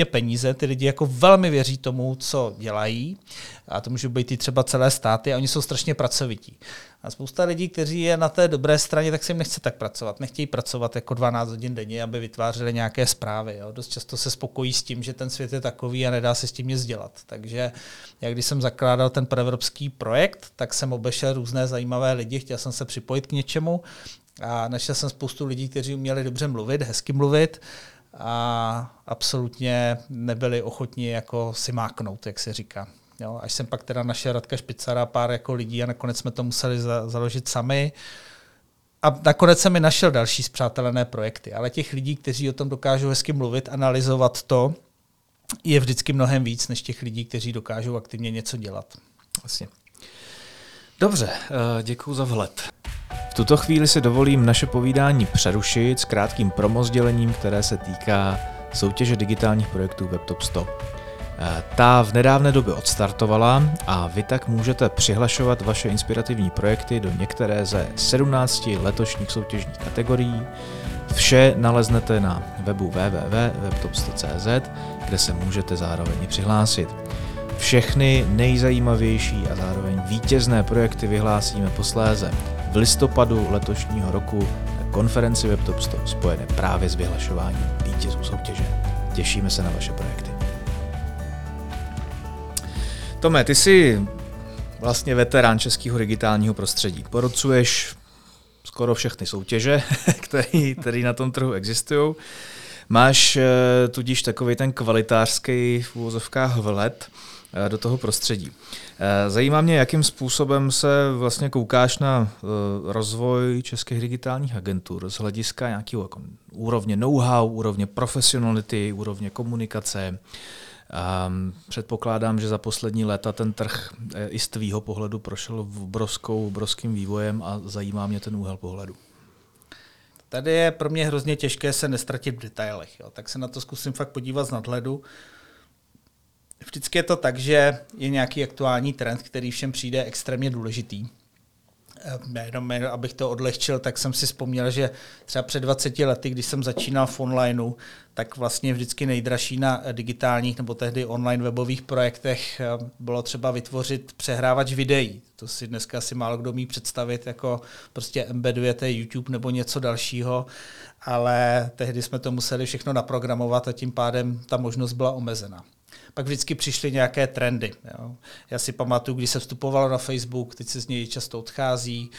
peníze, ty lidi jako velmi věří tomu, co dělají, a to můžou být i třeba celé státy, a oni jsou strašně pracovití. A spousta lidí, kteří je na té dobré straně, tak se jim nechce tak pracovat. Nechtějí pracovat jako 12 hodin denně, aby vytvářeli nějaké zprávy. Jo. Dost často se spokojí s tím, že ten svět je takový a nedá se s tím nic dělat. Takže jak když jsem zakládal ten proevropský projekt, tak jsem obešel různé zajímavé lidi, chtěl jsem se připojit k něčemu a našel jsem spoustu lidí, kteří uměli dobře mluvit, hezky mluvit a absolutně nebyli ochotní jako si máknout, jak se říká. Jo, až jsem pak teda našel Radka Špicara a pár jako lidí a nakonec jsme to museli založit sami. A nakonec jsem mi našel další spřátelené projekty, ale těch lidí, kteří o tom dokážou hezky mluvit, analyzovat to, je vždycky mnohem víc, než těch lidí, kteří dokážou aktivně něco dělat. Vlastně. Dobře, děkuju za vhled. V tuto chvíli si dovolím naše povídání přerušit s krátkým promosdělením, které se týká soutěže digitálních projektů WebTop 100. Ta v nedávné době odstartovala a vy tak můžete přihlašovat vaše inspirativní projekty do některé ze 17 letošních soutěžních kategorií. Vše naleznete na webu www.webtop100.cz, kde se můžete zároveň přihlásit. Všechny nejzajímavější a zároveň vítězné projekty vyhlásíme posléze v listopadu letošního roku na konferenci WebTop 100 spojené právě s vyhlašováním vítězů soutěže. Těšíme se na vaše projekty. Tome, ty jsi vlastně veterán českého digitálního prostředí. Porodcuješ skoro všechny soutěže, které na tom trhu existují. Máš tudíž takový ten kvalitářský v uvozovkách vhled do toho prostředí. Zajímá mě, jakým způsobem se vlastně koukáš na rozvoj českých digitálních agentur z hlediska nějakého jako úrovně know-how, úrovně profesionality, úrovně komunikace. Předpokládám, že za poslední léta ten trh i z tvýho pohledu prošel obrovským vývojem a zajímá mě ten úhel pohledu. Tady je pro mě hrozně těžké se nestratit v detailech, jo. Tak se na to zkusím fakt podívat z nadhledu. Vždycky je to tak, že je nějaký aktuální trend, který všem přijde extrémně důležitý. Jenom abych to odlehčil, tak jsem si vzpomněl, že třeba před 20 lety, když jsem začínal v onlineu, tak vlastně vždycky nejdražší na digitálních nebo tehdy online webových projektech bylo třeba vytvořit přehrávač videí. To si dneska asi málo kdo umí představit, jako prostě embedujete YouTube nebo něco dalšího, ale tehdy jsme to museli všechno naprogramovat a tím pádem ta možnost byla omezena. Pak vždycky přišly nějaké trendy. Jo. Já si pamatuju, když se vstupovalo na Facebook, teď se z něj často odchází,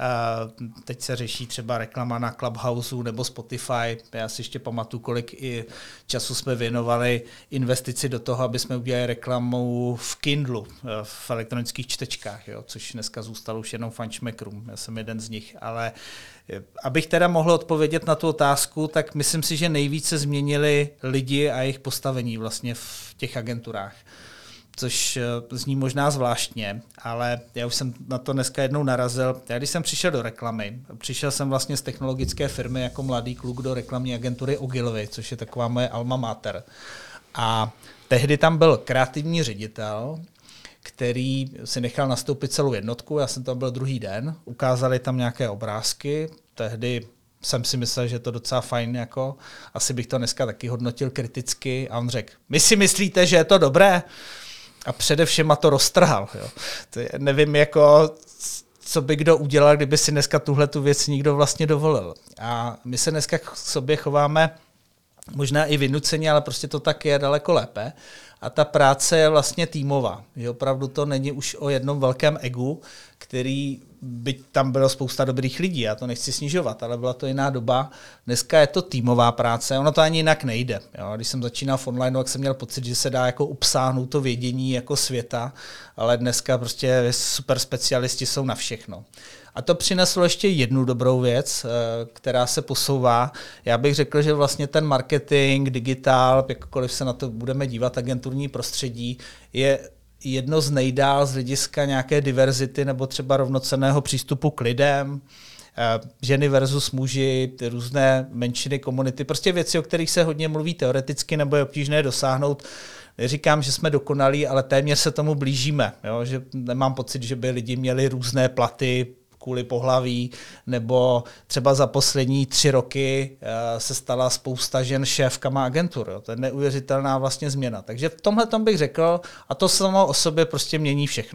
teď se řeší třeba reklama na Clubhouse nebo Spotify. Já si ještě pamatuju, kolik i času jsme věnovali investici do toho, aby jsme udělali reklamu v Kindlu, v elektronických čtečkách, jo, což dneska zůstalo už jenom fančmekrům. Já jsem jeden z nich, ale abych teda mohl odpovědět na tu otázku, tak myslím si, že nejvíce změnili lidi a jejich postavení vlastně v těch agenturách, což zní možná zvláštně, ale já už jsem na to dneska jednou narazil. Já když jsem přišel do reklamy, přišel jsem vlastně z technologické firmy jako mladý kluk do reklamní agentury Ogilvy, což je taková moje alma mater. A tehdy tam byl kreativní ředitel, který si nechal nastoupit celou jednotku, já jsem tam byl druhý den, ukázali tam nějaké obrázky, tehdy jsem si myslel, že je to docela fajn, jako asi bych to dneska taky hodnotil kriticky a on řekl, my si myslíte, že je to dobré? A především to roztrhal. Jo. Nevím, jako, co by kdo udělal, kdyby si dneska tuhletu věc nikdo vlastně dovolil. A my se dneska k sobě chováme možná i vynuceně, ale prostě to tak je daleko lépe. A ta práce je vlastně týmová. Že opravdu to není už o jednom velkém egu, který byť tam bylo spousta dobrých lidí, já to nechci snižovat, ale byla to jiná doba. Dneska je to týmová práce, ono to ani jinak nejde. Jo? Když jsem začínal v online, tak jsem měl pocit, že se dá jako upsáhnout to vědění jako světa, ale dneska prostě super specialisti jsou na všechno. A to přineslo ještě jednu dobrou věc, která se posouvá. Já bych řekl, že vlastně ten marketing, digitál, jakkoliv se na to budeme dívat, agenturní prostředí, je jedno z nejdál z hlediska nějaké diverzity nebo třeba rovnocenného přístupu k lidem, ženy versus muži, ty různé menšiny, komunity, prostě věci, o kterých se hodně mluví teoreticky nebo je obtížné dosáhnout. Neříkám, že jsme dokonalí, ale téměř se tomu blížíme. Jo? Že nemám pocit, že by lidi měli různé platy, kvůli pohlaví, nebo třeba za poslední 3 roky se stala spousta žen šéfkama agentur. Jo. To je neuvěřitelná vlastně změna. Takže v tomhle tom bych řekl, a to samo o sobě prostě mění všechno.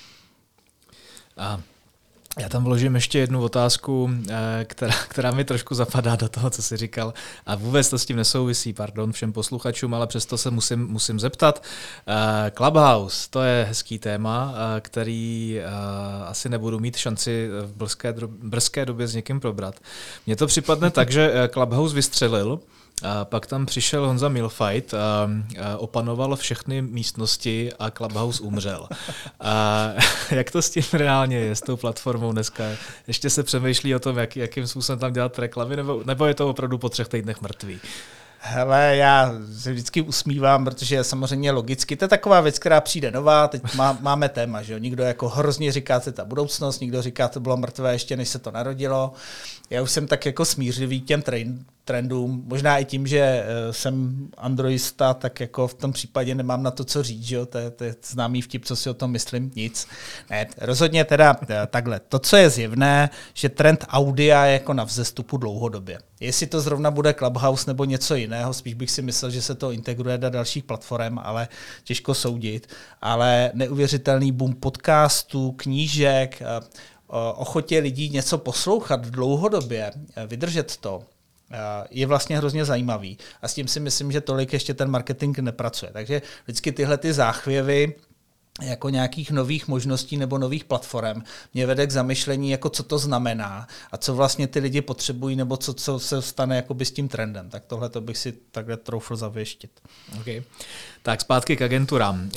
A já tam vložím ještě jednu otázku, která mi trošku zapadá do toho, co jsi říkal. A vůbec to s tím nesouvisí, pardon všem posluchačům, ale přesto se musím zeptat. Clubhouse, to je hezký téma, který asi nebudu mít šanci v brzké době s někým probrat. Mně to připadne tak, že Clubhouse vystřelil, a pak tam přišel Honza Milfight a opanoval všechny místnosti a Clubhouse umřel. A jak to s tím reálně je, s tou platformou dneska? Ještě se přemýšlí o tom, jakým způsobem tam dělat reklamy, nebo je to opravdu po 3 týdnech mrtvý? Hele, já se vždycky usmívám, protože samozřejmě logicky, to je taková věc, která přijde nová, teď máme téma, že jo, někdo jako hrozně říká, že ta budoucnost, někdo říká, to bylo mrtvé ještě, než se to narodilo. Já už jsem tak jako smířlivý k těm trendům, možná i tím, že jsem androidista, tak jako v tom případě nemám na to, co říct, že jo, to je známý vtip, co si o tom myslím, nic. Ne, rozhodně teda takhle. To, co je zjevné, že trend audia je jako na vzestupu dlouhodobě. Jestli to zrovna bude Clubhouse nebo něco jiného, spíš bych si myslel, že se to integruje do dalších platform, ale těžko soudit. Ale neuvěřitelný boom podcastů, knížek, ochotě lidí něco poslouchat dlouhodobě, vydržet to, je vlastně hrozně zajímavý. A s tím si myslím, že tolik ještě ten marketing nepracuje. Takže vždycky tyhle ty záchvěvy jako nějakých nových možností nebo nových platform mě vede k zamyšlení, jako co to znamená a co vlastně ty lidi potřebují nebo co se stane jakoby s tím trendem. Tak tohle to bych si takhle troufl zavěštit. Okay. Tak zpátky k agenturám.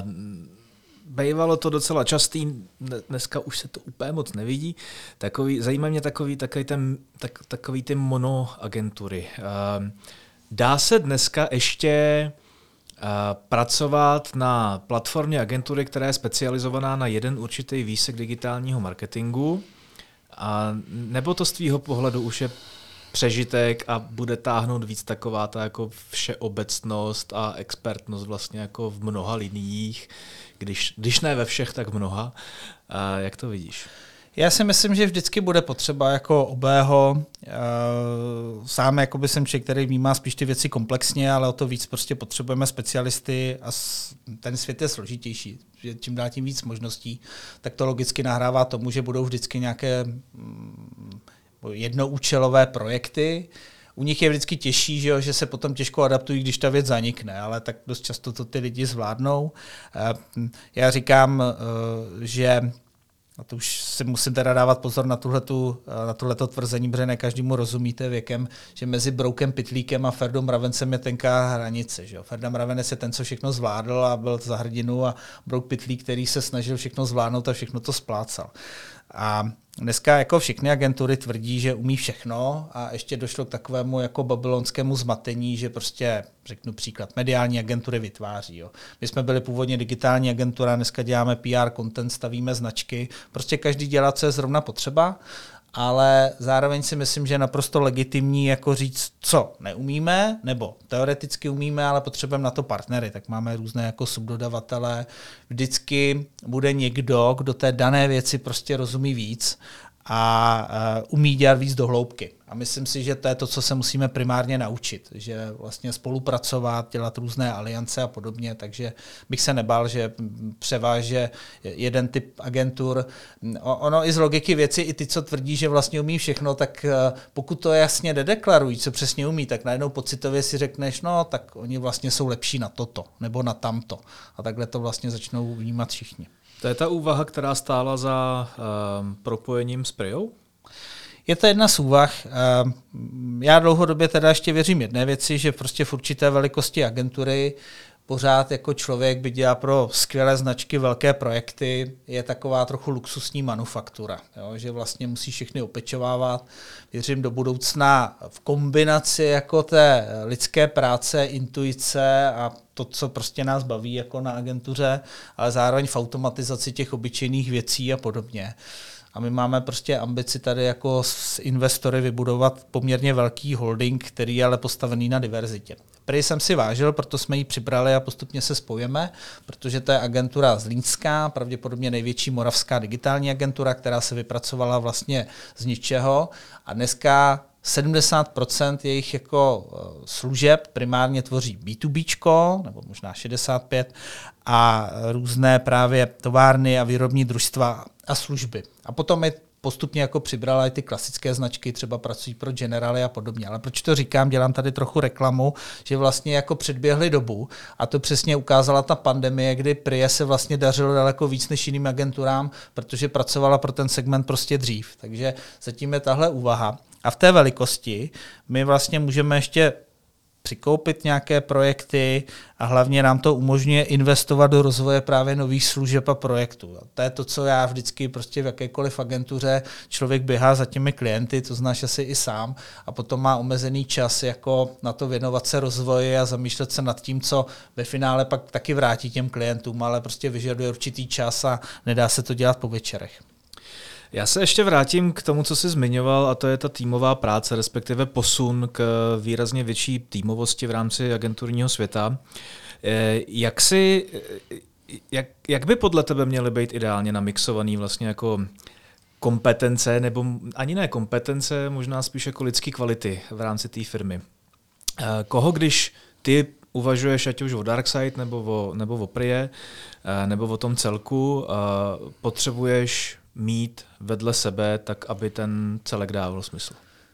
Bývalo to docela častý, dneska už se to úplně moc nevidí. Zajímá mě takový ty monoagentury. Dá se dneska ještě pracovat na platformě agentury, která je specializovaná na jeden určitý výsek digitálního marketingu, nebo to z tvýho pohledu už je přežitek a bude táhnout víc taková ta jako všeobecnost a expertnost vlastně jako v mnoha liniích, když ne ve všech, tak v mnoha. Jak to vidíš? Já si myslím, že vždycky bude potřeba jako obého. Sám jakoby jsem člověk, který vnímá spíš ty věci komplexně, ale o to víc prostě potřebujeme specialisty a ten svět je složitější. Že čím dál tím víc možností, tak to logicky nahrává tomu, že budou vždycky nějaké jednoúčelové projekty. U nich je vždycky těžší, že se potom těžko adaptují, když ta věc zanikne, ale tak dost často to ty lidi zvládnou. Já říkám, že a to už si musím teda dávat pozor na tuhleto tvrzení, protože ne každému rozumíte věkem, že mezi Broukem Pytlíkem a Ferdou Mravencem je tenká hranice. Že? Ferda Mravenec je ten, co všechno zvládl a byl za hrdinu, a Brouk Pytlík, který se snažil všechno zvládnout a všechno to splácal. A dneska jako všechny agentury tvrdí, že umí všechno, a ještě došlo k takovému jako babylonskému zmatení, že prostě, řeknu příklad, mediální agentury vytváří. Jo. My jsme byli původně digitální agentura, dneska děláme PR content, stavíme značky, prostě každý dělá, co je zrovna potřeba, ale zároveň si myslím, že je naprosto legitimní jako říct, co neumíme, nebo teoreticky umíme, ale potřebujeme na to partnery, tak máme různé jako subdodavatele. Vždycky bude někdo, kdo té dané věci prostě rozumí víc a umí dělat víc do hloubky. A myslím si, že to je to, co se musíme primárně naučit, že vlastně spolupracovat, dělat různé aliance a podobně, takže bych se nebál, že převáže jeden typ agentur. Ono i z logiky věci, i ty, co tvrdí, že vlastně umí všechno, tak pokud to jasně nedeklarují, co přesně umí, tak najednou pocitově si řekneš, no tak oni vlastně jsou lepší na toto nebo na tamto. A takhle to vlastně začnou vnímat všichni. To je ta úvaha, která stála za propojením s Priou? Je to jedna z úvah. Já dlouhodobě teda ještě věřím jedné věci, že prostě v určité velikosti agentury pořád jako člověk by dělal pro skvělé značky velké projekty, je taková trochu luxusní manufaktura, jo? Že vlastně musí všechny opečovávat. Věřím do budoucna v kombinaci jako té lidské práce, intuice a to, co prostě nás baví jako na agentuře, ale zároveň v automatizaci těch obyčejných věcí a podobně. a my máme prostě ambici tady jako s investory vybudovat poměrně velký holding, který je ale postavený na diverzitě. Prý jsem si vážil, proto jsme ji přibrali a postupně se spojíme, protože to je agentura zlínská, pravděpodobně největší moravská digitální agentura, která se vypracovala vlastně z ničeho a dneska 70% jejich jako služeb primárně tvoří B2Bčko, nebo možná 65%, a různé právě továrny a výrobní družstva a služby. A potom je postupně jako přibrala i ty klasické značky, třeba pracují pro Generaly a podobně. Ale proč to říkám, dělám tady trochu reklamu, že vlastně jako předběhli dobu a to přesně ukázala ta pandemie, kdy Prie se vlastně dařilo daleko víc než jiným agenturám, protože pracovala pro ten segment prostě dřív. Takže zatím je tahle úvaha. A v té velikosti my vlastně můžeme ještě přikoupit nějaké projekty a hlavně nám to umožňuje investovat do rozvoje právě nových služeb a projektů. A to je to, co já vždycky prostě v jakékoliv agentuře člověk běhá za těmi klienty, to znáš asi i sám, a potom má omezený čas jako na to věnovat se rozvoji a zamýšlet se nad tím, co ve finále pak taky vrátí těm klientům, ale prostě vyžaduje určitý čas a nedá se to dělat po večerech. Já se ještě vrátím k tomu, co jsi zmiňoval, a to je ta týmová práce, respektive posun k výrazně větší týmovosti v rámci agenturního světa. Jak by podle tebe měly být ideálně namixovaný vlastně jako kompetence, nebo ani ne kompetence, možná spíš jako lidský kvality v rámci té firmy? Koho, když ty uvažuješ ať už o Darkside, nebo o Prie, nebo o tom celku, potřebuješ mít vedle sebe, tak aby ten celek dával smysl?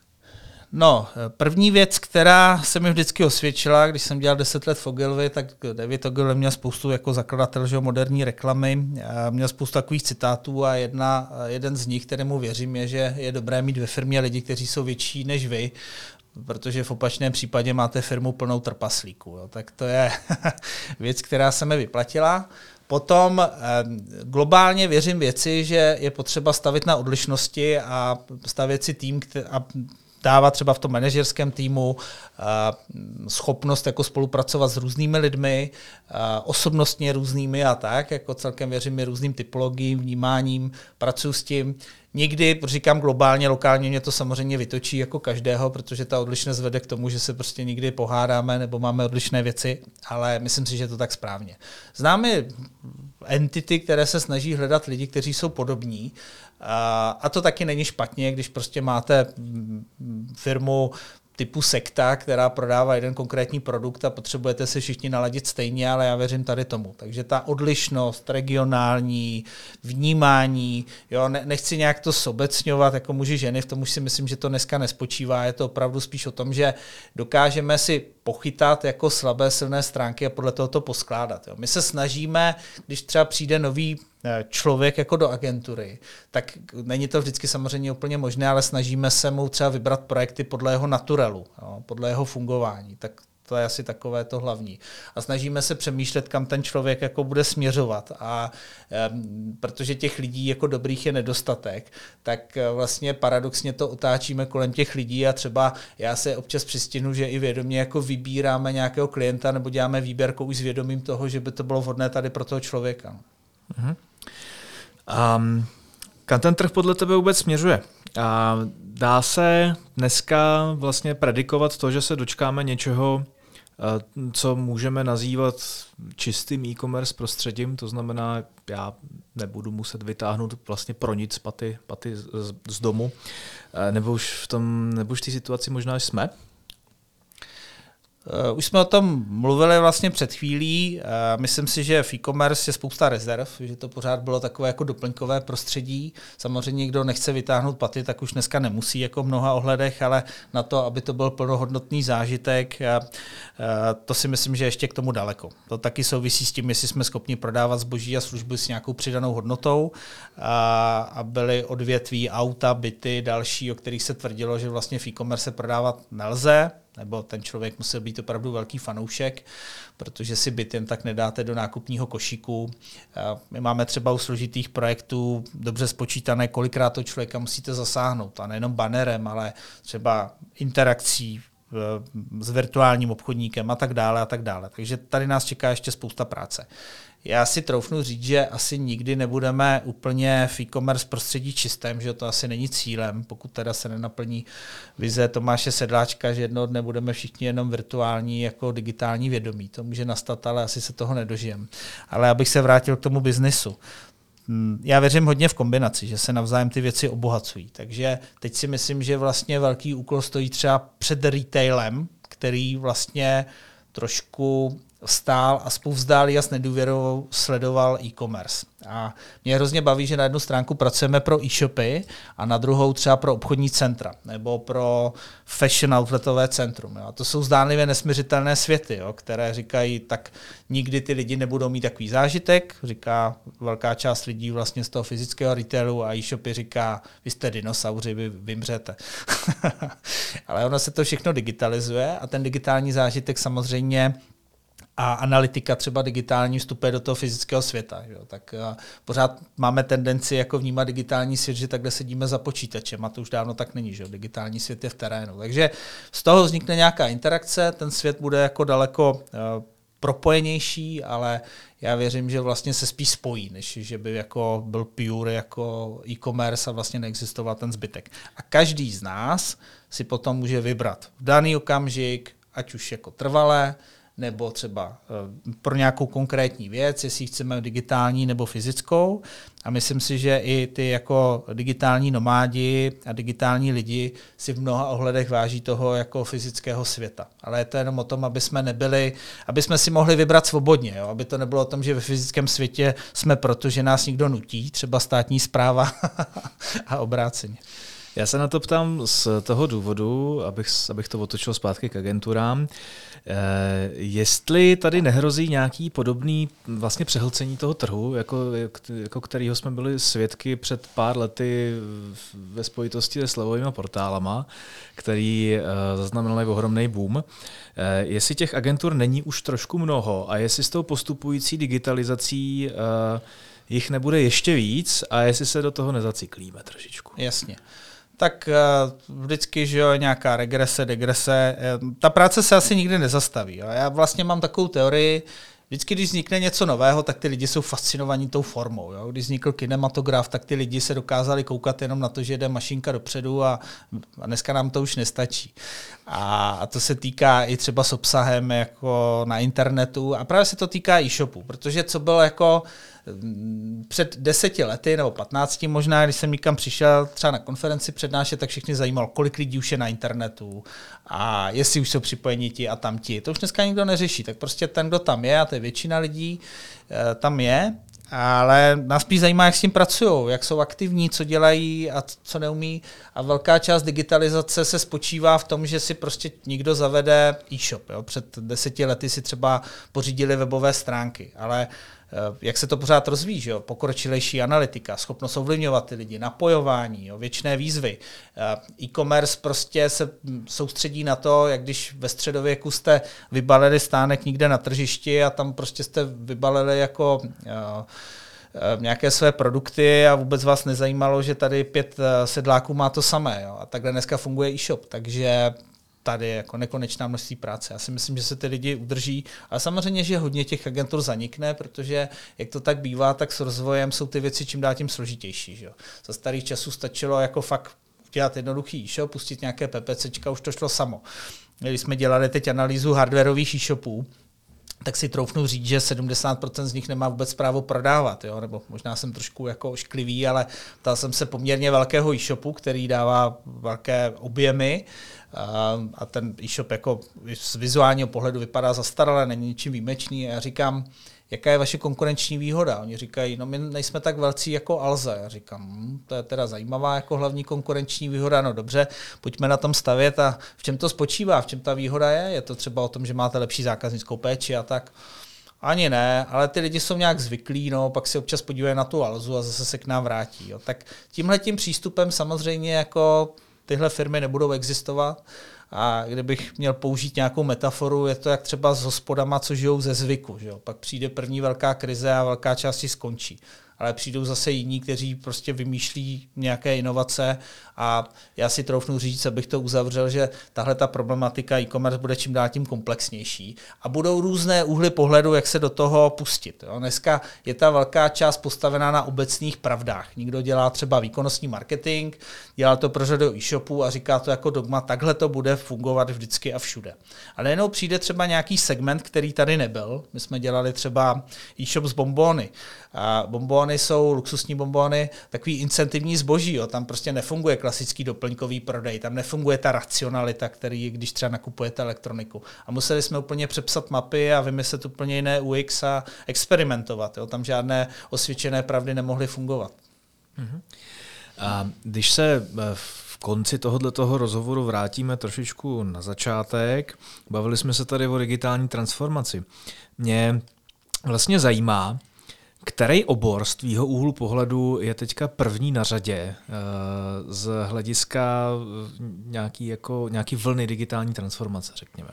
No, první věc, která se mi vždycky osvědčila, když jsem dělal 10 let v Ogilvy, tak David Ogilvy měl spoustu jako zakladatel, že moderní reklamy, měl spoustu takových citátů a jeden z nich, kterému věřím, je, že je dobré mít ve firmě lidi, kteří jsou větší než vy, protože v opačném případě máte firmu plnou trpaslíků. Jo. Tak to je věc, která se mi vyplatila. Potom globálně věřím věci, že je potřeba stavit na odlišnosti a stavět si tým a dávat třeba v tom manažerském týmu schopnost jako spolupracovat s různými lidmi, osobnostně různými a tak, jako celkem věřím i různým typologiím, vnímáním, pracuji s tím. Někdy, říkám globálně, lokálně mě to samozřejmě vytočí jako každého, protože ta odlišnost vede k tomu, že se prostě někdy pohádáme nebo máme odlišné věci, ale myslím si, že je to tak správně. Známe entity, které se snaží hledat lidi, kteří jsou podobní, a to taky není špatně, když prostě máte firmu typu sekta, která prodává jeden konkrétní produkt a potřebujete se všichni naladit stejně, ale já věřím tady tomu. Takže ta odlišnost, regionální, vnímání, jo, nechci nějak to sobecňovat jako muži ženy, v tom už si myslím, že to dneska nespočívá, je to opravdu spíš o tom, že dokážeme si pochytat jako slabé, silné stránky a podle toho to poskládat. Jo. My se snažíme, když třeba přijde nový člověk jako do agentury, tak není to vždycky samozřejmě úplně možné, ale snažíme se mu třeba vybrat projekty podle jeho naturelu, jo, podle jeho fungování. Tak to je asi takové to hlavní. A snažíme se přemýšlet, kam ten člověk jako bude směřovat. A protože těch lidí jako dobrých je nedostatek, tak vlastně paradoxně to otáčíme kolem těch lidí a třeba já se občas přistihnu, že i vědomě jako vybíráme nějakého klienta nebo děláme výběrku už s vědomím toho, že by to bylo vhodné tady pro toho člověka. Mhm. Kam ten trh podle tebe vůbec směřuje? Dá se dneska vlastně predikovat to, že se dočkáme něčeho, co můžeme nazývat čistým e-commerce prostředím, to znamená, já nebudu muset vytáhnout vlastně pro nic paty z domu, nebo už v té situaci možná jsme? Už jsme o tom mluvili vlastně před chvílí. Myslím si, že v e-commerce je spousta rezerv, že to pořád bylo takové jako doplňkové prostředí. Samozřejmě, kdo nechce vytáhnout paty, tak už dneska nemusí jako v mnoha ohledech, ale na to, aby to byl plnohodnotný zážitek, to si myslím, že ještě k tomu daleko. To taky souvisí s tím, jestli jsme schopni prodávat zboží a služby s nějakou přidanou hodnotou a byly odvětví auta, byty, další, o kterých se tvrdilo, že vlastně v e-commerce prodávat nelze, nebo ten člověk musel být opravdu velký fanoušek, protože si byt jen tak nedáte do nákupního košíku. My máme třeba u složitých projektů dobře spočítané, kolikrát to člověka musíte zasáhnout. A nejenom bannerem, ale třeba interakcí, s virtuálním obchodníkem a tak dále a tak dále. Takže tady nás čeká ještě spousta práce. Já si troufnu říct, že asi nikdy nebudeme úplně v e-commerce prostředí čistém, že to asi není cílem, pokud teda se nenaplní vize Tomáše Sedláčka, že jednoho dne budeme všichni jenom virtuální jako digitální vědomí. To může nastat, ale asi se toho nedožijem. Ale abych se vrátil k tomu biznisu. Já věřím hodně v kombinaci, že se navzájem ty věci obohacují. Takže teď si myslím, že vlastně velký úkol stojí třeba před retailem, který vlastně trošku stál a zpovzdálí a s nedůvěrou sledoval e-commerce. A mě hrozně baví, že na jednu stránku pracujeme pro e-shopy a na druhou třeba pro obchodní centra nebo pro fashion outletové centrum. Jo. A to jsou zdánlivě nesměřitelné světy, jo, které říkají, tak nikdy ty lidi nebudou mít takový zážitek, říká velká část lidí vlastně z toho fyzického retailu a e-shopy říká, vy jste dinosauři, vy vymřete. Ale ono se to všechno digitalizuje a ten digitální zážitek samozřejmě a analytika třeba digitální vstupuje do toho fyzického světa. Jo. Tak pořád máme tendenci jako vnímat digitální svět, že takhle sedíme za počítačem a to už dávno tak není. Že? Digitální svět je v terénu. Takže z toho vznikne nějaká interakce, ten svět bude jako daleko propojenější, ale já věřím, že vlastně se spíš spojí, než že by jako byl pure jako e-commerce a vlastně neexistoval ten zbytek. A každý z nás si potom může vybrat v daný okamžik, ať už jako trvalé, nebo třeba pro nějakou konkrétní věc, jestli chceme digitální nebo fyzickou. A myslím si, že i ty jako digitální nomádi a digitální lidi si v mnoha ohledech váží toho jako fyzického světa. Ale je to jenom o tom, aby jsme si mohli vybrat svobodně. Jo? Aby to nebylo o tom, že ve fyzickém světě jsme proto, že nás někdo nutí, třeba státní správa a obráceně. Já se na to ptám z toho důvodu, abych to otočil zpátky k agenturám. Jestli tady nehrozí nějaký podobný vlastně přehlcení toho trhu, jako kterýho jsme byli svědky před pár lety ve spojitosti se slevovými portálama, který zaznamenali ohromný boom. Jestli těch agentur není už trošku mnoho a jestli s tou postupující digitalizací jich nebude ještě víc a jestli se do toho nezacyklíme trošičku. Jasně. Tak vždycky, že jo, nějaká regrese, degrese. Ta práce se asi nikdy nezastaví. Jo. Já vlastně mám takovou teorii, vždycky, když vznikne něco nového, tak ty lidi jsou fascinovaní tou formou. Jo. Když vznikl kinematograf, tak ty lidi se dokázali koukat jenom na to, že jde mašinka dopředu a dneska nám to už nestačí. A to se týká i třeba s obsahem jako na internetu a právě se to týká e-shopu, protože co bylo jako před 10 lety nebo 15 možná, když jsem někam přišel třeba na konferenci přednášet, tak všichni zajímalo, kolik lidí už je na internetu a jestli už jsou připojeni ti a tamti. To už dneska nikdo neřeší, tak prostě ten, kdo tam je, a to je většina lidí, tam je, ale nás spíš zajímá, jak s tím pracují, jak jsou aktivní, co dělají a co neumí. A velká část digitalizace se spočívá v tom, že si prostě někdo zavede e-shop. Jo? Před 10 lety si třeba pořídili webové stránky, ale jak se to pořád rozvíjí, že jo? Pokročilejší analytika, schopnost ovlivňovat ty lidi, napojování, jo? Věčné výzvy. E-commerce prostě se soustředí na to, jak když ve středověku jste vybalili stánek někde na tržišti a tam prostě jste vybalili jako nějaké své produkty a vůbec vás nezajímalo, že tady 5 sedláků má to samé. Jo? A takhle dneska funguje e-shop, takže tady je jako nekonečná množství práce. Já si myslím, že se ty lidi udrží, ale samozřejmě, že hodně těch agentur zanikne, protože jak to tak bývá, tak s rozvojem jsou ty věci čím dál tím složitější. Že? Za starých časů stačilo jako fakt dělat jednoduchý e-shop, pustit nějaké PPCčka, už to šlo samo. Když jsme dělali teď analýzu hardwarových e-shopů, tak si troufnu říct, že 70% z nich nemá vůbec právo prodávat. Jo? Nebo možná jsem trošku jako ošklivý, ale ptal jsem se poměrně velkého e-shopu, který dává velké objemy a ten e-shop jako z vizuálního pohledu vypadá zastaralé, není ničím výjimečný. A já říkám, jaká je vaše konkurenční výhoda? Oni říkají, no my nejsme tak velcí jako Alza. Já říkám, to je teda zajímavá jako hlavní konkurenční výhoda. No dobře, pojďme na tom stavět a v čem to spočívá, v čem ta výhoda je? Je to třeba o tom, že máte lepší zákaznickou péči a tak? Ani ne, ale ty lidi jsou nějak zvyklí, no, pak si občas podívají na tu Alzu a zase se k nám vrátí. Jo. Tak tímhletím přístupem samozřejmě jako tyhle firmy nebudou existovat. A kdybych měl použít nějakou metaforu, je to jak třeba s hospodama, co žijou ze zvyku. Že jo? Pak přijde první velká krize a velká část si skončí. ale přijdou zase jiní, kteří prostě vymýšlí nějaké inovace a já si troufnu říct, abych to uzavřel, že tahle ta problematika e-commerce bude čím dál tím komplexnější a budou různé úhly pohledu, jak se do toho pustit. Jo. Dneska je ta velká část postavená na obecných pravdách. Někdo dělá třeba výkonnostní marketing, dělá to pro řadu e-shopů a říká to jako dogma, takhle to bude fungovat vždycky a všude. A najednou přijde třeba nějaký segment, který tady nebyl. My jsme dělali třeba e-shop z bonbony. A bonbony jsou luxusní bonbony, takový incentivní zboží. Jo. Tam prostě nefunguje klasický doplňkový prodej, tam nefunguje ta racionalita, který, když třeba nakupujete elektroniku. A museli jsme úplně přepsat mapy a vymyslet úplně jiné UX a experimentovat. Jo. Tam žádné osvědčené pravdy nemohly fungovat. A když se v konci tohoto rozhovoru vrátíme trošičku na začátek, bavili jsme se tady o digitální transformaci. Mě vlastně zajímá, který obor z tvýho úhlu pohledu je teďka první na řadě z hlediska nějaký vlny digitální transformace, řekněme?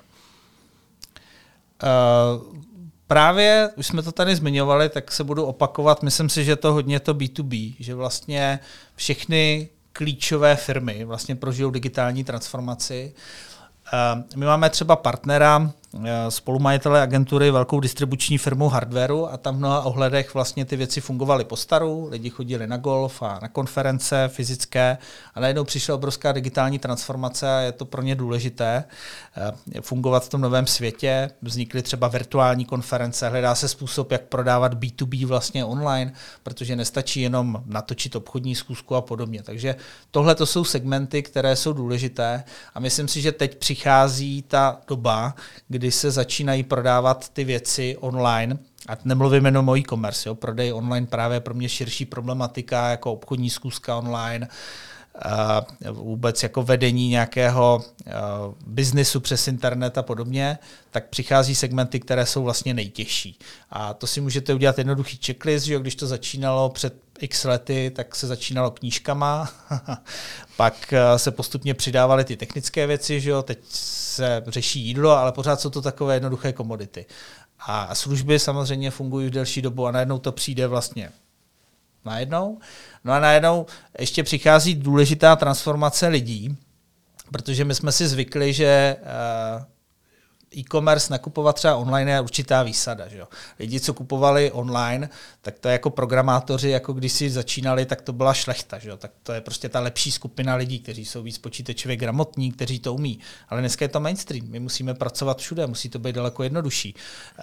Právě, už jsme to tady zmiňovali, tak se budu opakovat. Myslím si, že to hodně to B2B, že vlastně všechny klíčové firmy vlastně prožijou digitální transformaci. My máme třeba partnera, spolumajitele agentury, velkou distribuční firmu hardwareu a tam v mnoha ohledech vlastně ty věci fungovaly po staru, lidi chodili na golf a na konference fyzické a najednou přišla obrovská digitální transformace a je to pro ně důležité fungovat v tom novém světě. Vznikly třeba virtuální konference, hledá se způsob, jak prodávat B2B vlastně online, protože nestačí jenom natočit obchodní schůzku a podobně. Takže tohle to jsou segmenty, které jsou důležité a myslím si, že teď přichází ta doba, kdy se začínají prodávat ty věci online. A nemluvím jenom o e-commerce. Jo. Prodej online právě pro mě širší problematika, jako obchodní schůzka online, vůbec jako vedení nějakého biznisu přes internet a podobně, tak přichází segmenty, které jsou vlastně nejtěžší. A to si můžete udělat jednoduchý checklist, že jo, když to začínalo před x lety, tak se začínalo knížkama, pak se postupně přidávaly ty technické věci, že jo, teď se řeší jídlo, ale pořád jsou to takové jednoduché komodity. A služby samozřejmě fungují v delší dobu a najednou to přijde vlastně najednou. No a najednou ještě přichází důležitá transformace lidí, protože my jsme si zvykli, že e-commerce nakupovat třeba online je určitá výsada. Že jo? Lidi, co kupovali online, tak to je jako programátoři, jako když si začínali, tak to byla šlechta. Že jo? Tak to je prostě ta lepší skupina lidí, kteří jsou víc počítačově gramotní, kteří to umí. Ale dneska je to mainstream. My musíme pracovat všude, musí to být daleko jednodušší.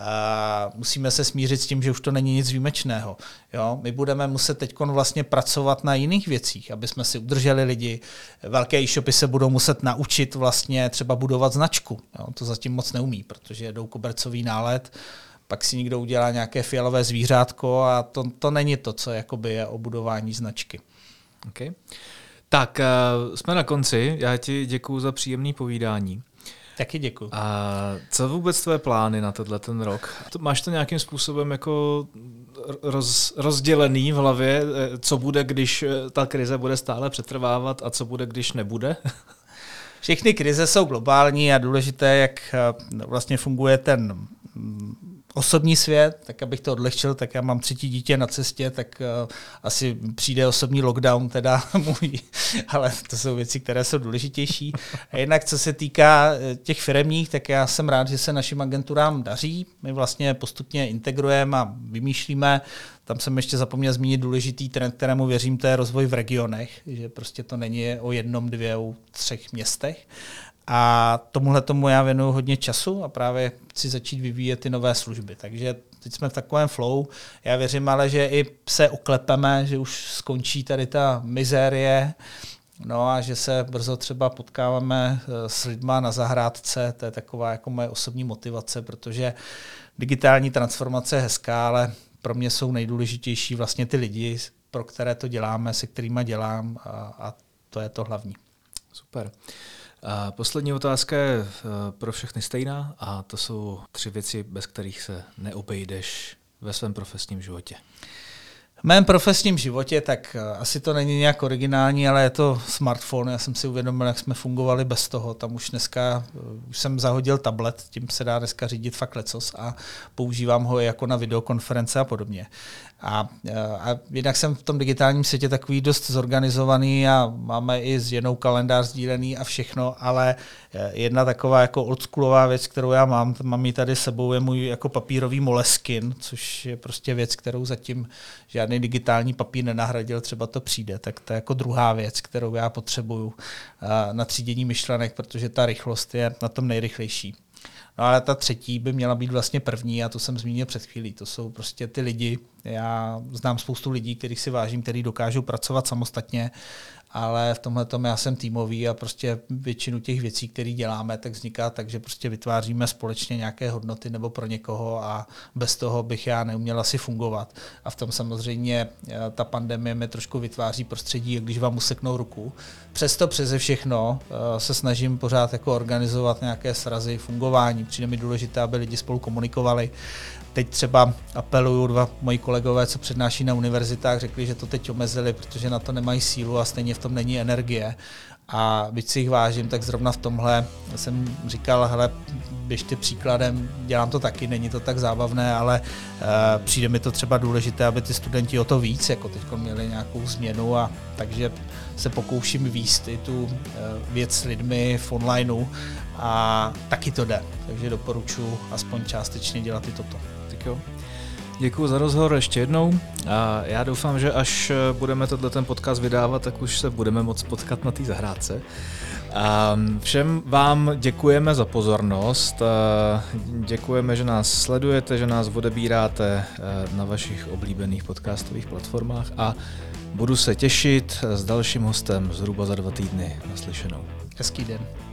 Musíme se smířit s tím, že už to není nic výjimečného. Jo? My budeme muset teď vlastně pracovat na jiných věcích, aby jsme si udrželi lidi. Velké e-shopy se budou muset naučit vlastně třeba budovat značku. Jo? To zatím moc neumí, protože jdou kobercový nálet, pak si někdo udělá nějaké fialové zvířátko a to není to, co jakoby je o budování značky. Okay. Tak, jsme na konci. Já ti děkuju za příjemné povídání. Taky děkuju. A co vůbec tvoje plány na ten rok? Máš to nějakým způsobem jako rozdělený v hlavě, co bude, když ta krize bude stále přetrvávat a co bude, když nebude? Všechny krize jsou globální a důležité, jak vlastně funguje ten osobní svět, tak abych to odlehčil, tak já mám 3. dítě na cestě, tak asi přijde osobní lockdown, teda můj, ale to jsou věci, které jsou důležitější. A jednak, co se týká těch firemních, tak já jsem rád, že se našim agenturám daří. My vlastně postupně integrujeme a vymýšlíme. Tam jsem ještě zapomněl zmínit důležitý trend, kterému věřím, to je rozvoj v regionech, že prostě to není o 1, 2, 3 městech. A tomu já věnuju hodně času a právě chci začít vyvíjet ty nové služby. Takže teď jsme v takovém flow. Já věřím ale, že i se oklepeme, že už skončí tady ta mizérie, no a že se brzo třeba potkáváme s lidma na zahrádce. To je taková jako moje osobní motivace, protože digitální transformace je hezká, ale pro mě jsou nejdůležitější vlastně ty lidi, pro které to děláme, se kterými dělám a to je to hlavní. Super. A poslední otázka je pro všechny stejná a to jsou 3 věci, bez kterých se neobejdeš ve svém profesním životě. V mém profesním životě, tak asi to není nějak originální, ale je to smartphone. Já jsem si uvědomil, jak jsme fungovali bez toho. Tam už dneska už jsem zahodil tablet, tím se dá dneska řídit fakt lecos a používám ho jako na videokonference a podobně. A jinak jsem v tom digitálním světě takový dost zorganizovaný a máme i s ženou kalendář sdílený a všechno, ale jedna taková jako oldschoolová věc, kterou já mám ji tady s sebou, je můj jako papírový Moleskine, což je prostě věc, kterou zatím žádný digitální papír nenahradil, třeba to přijde, tak to je jako druhá věc, kterou já potřebuju na třídění myšlenek, protože ta rychlost je na tom nejrychlejší. No ale ta třetí by měla být vlastně první a to jsem zmínil před chvílí. To jsou prostě ty lidi. Já znám spoustu lidí, kterých si vážím, kteří dokážou pracovat samostatně, ale v tomhletom já jsem týmový a prostě většinu těch věcí, které děláme, tak vzniká tak, že prostě vytváříme společně nějaké hodnoty nebo pro někoho a bez toho bych já neuměl asi fungovat. A v tom samozřejmě ta pandemie mi trošku vytváří prostředí, jak když vám useknou ruku. Přesto přeze všechno se snažím pořád jako organizovat nějaké srazy fungování. Přijde mi důležité, aby lidi spolu komunikovali. Teď třeba apeluju, dva moji kolegové, co přednáší na univerzitách, řekli, že to teď omezili, protože na to nemají sílu a stejně v tom není energie. A byť si jich vážím, tak zrovna v tomhle jsem říkal, hele, běžte příkladem, dělám to taky, není to tak zábavné, ale přijde mi to třeba důležité, aby ty studenti o to víc, jako teď měli nějakou změnu a takže se pokouším vést i tu věc s lidmi v onlineu a taky to jde, takže doporučuji aspoň částečně dělat i toto. Tak jo. Děkuji za rozhovor ještě jednou a já doufám, že až budeme ten podcast vydávat, tak už se budeme moct potkat na té zahrádce. A všem vám děkujeme za pozornost, děkujeme, že nás sledujete, že nás odebíráte na vašich oblíbených podcastových platformách a budu se těšit s dalším hostem zhruba za 2 týdny. Naslyšenou. Hezký den.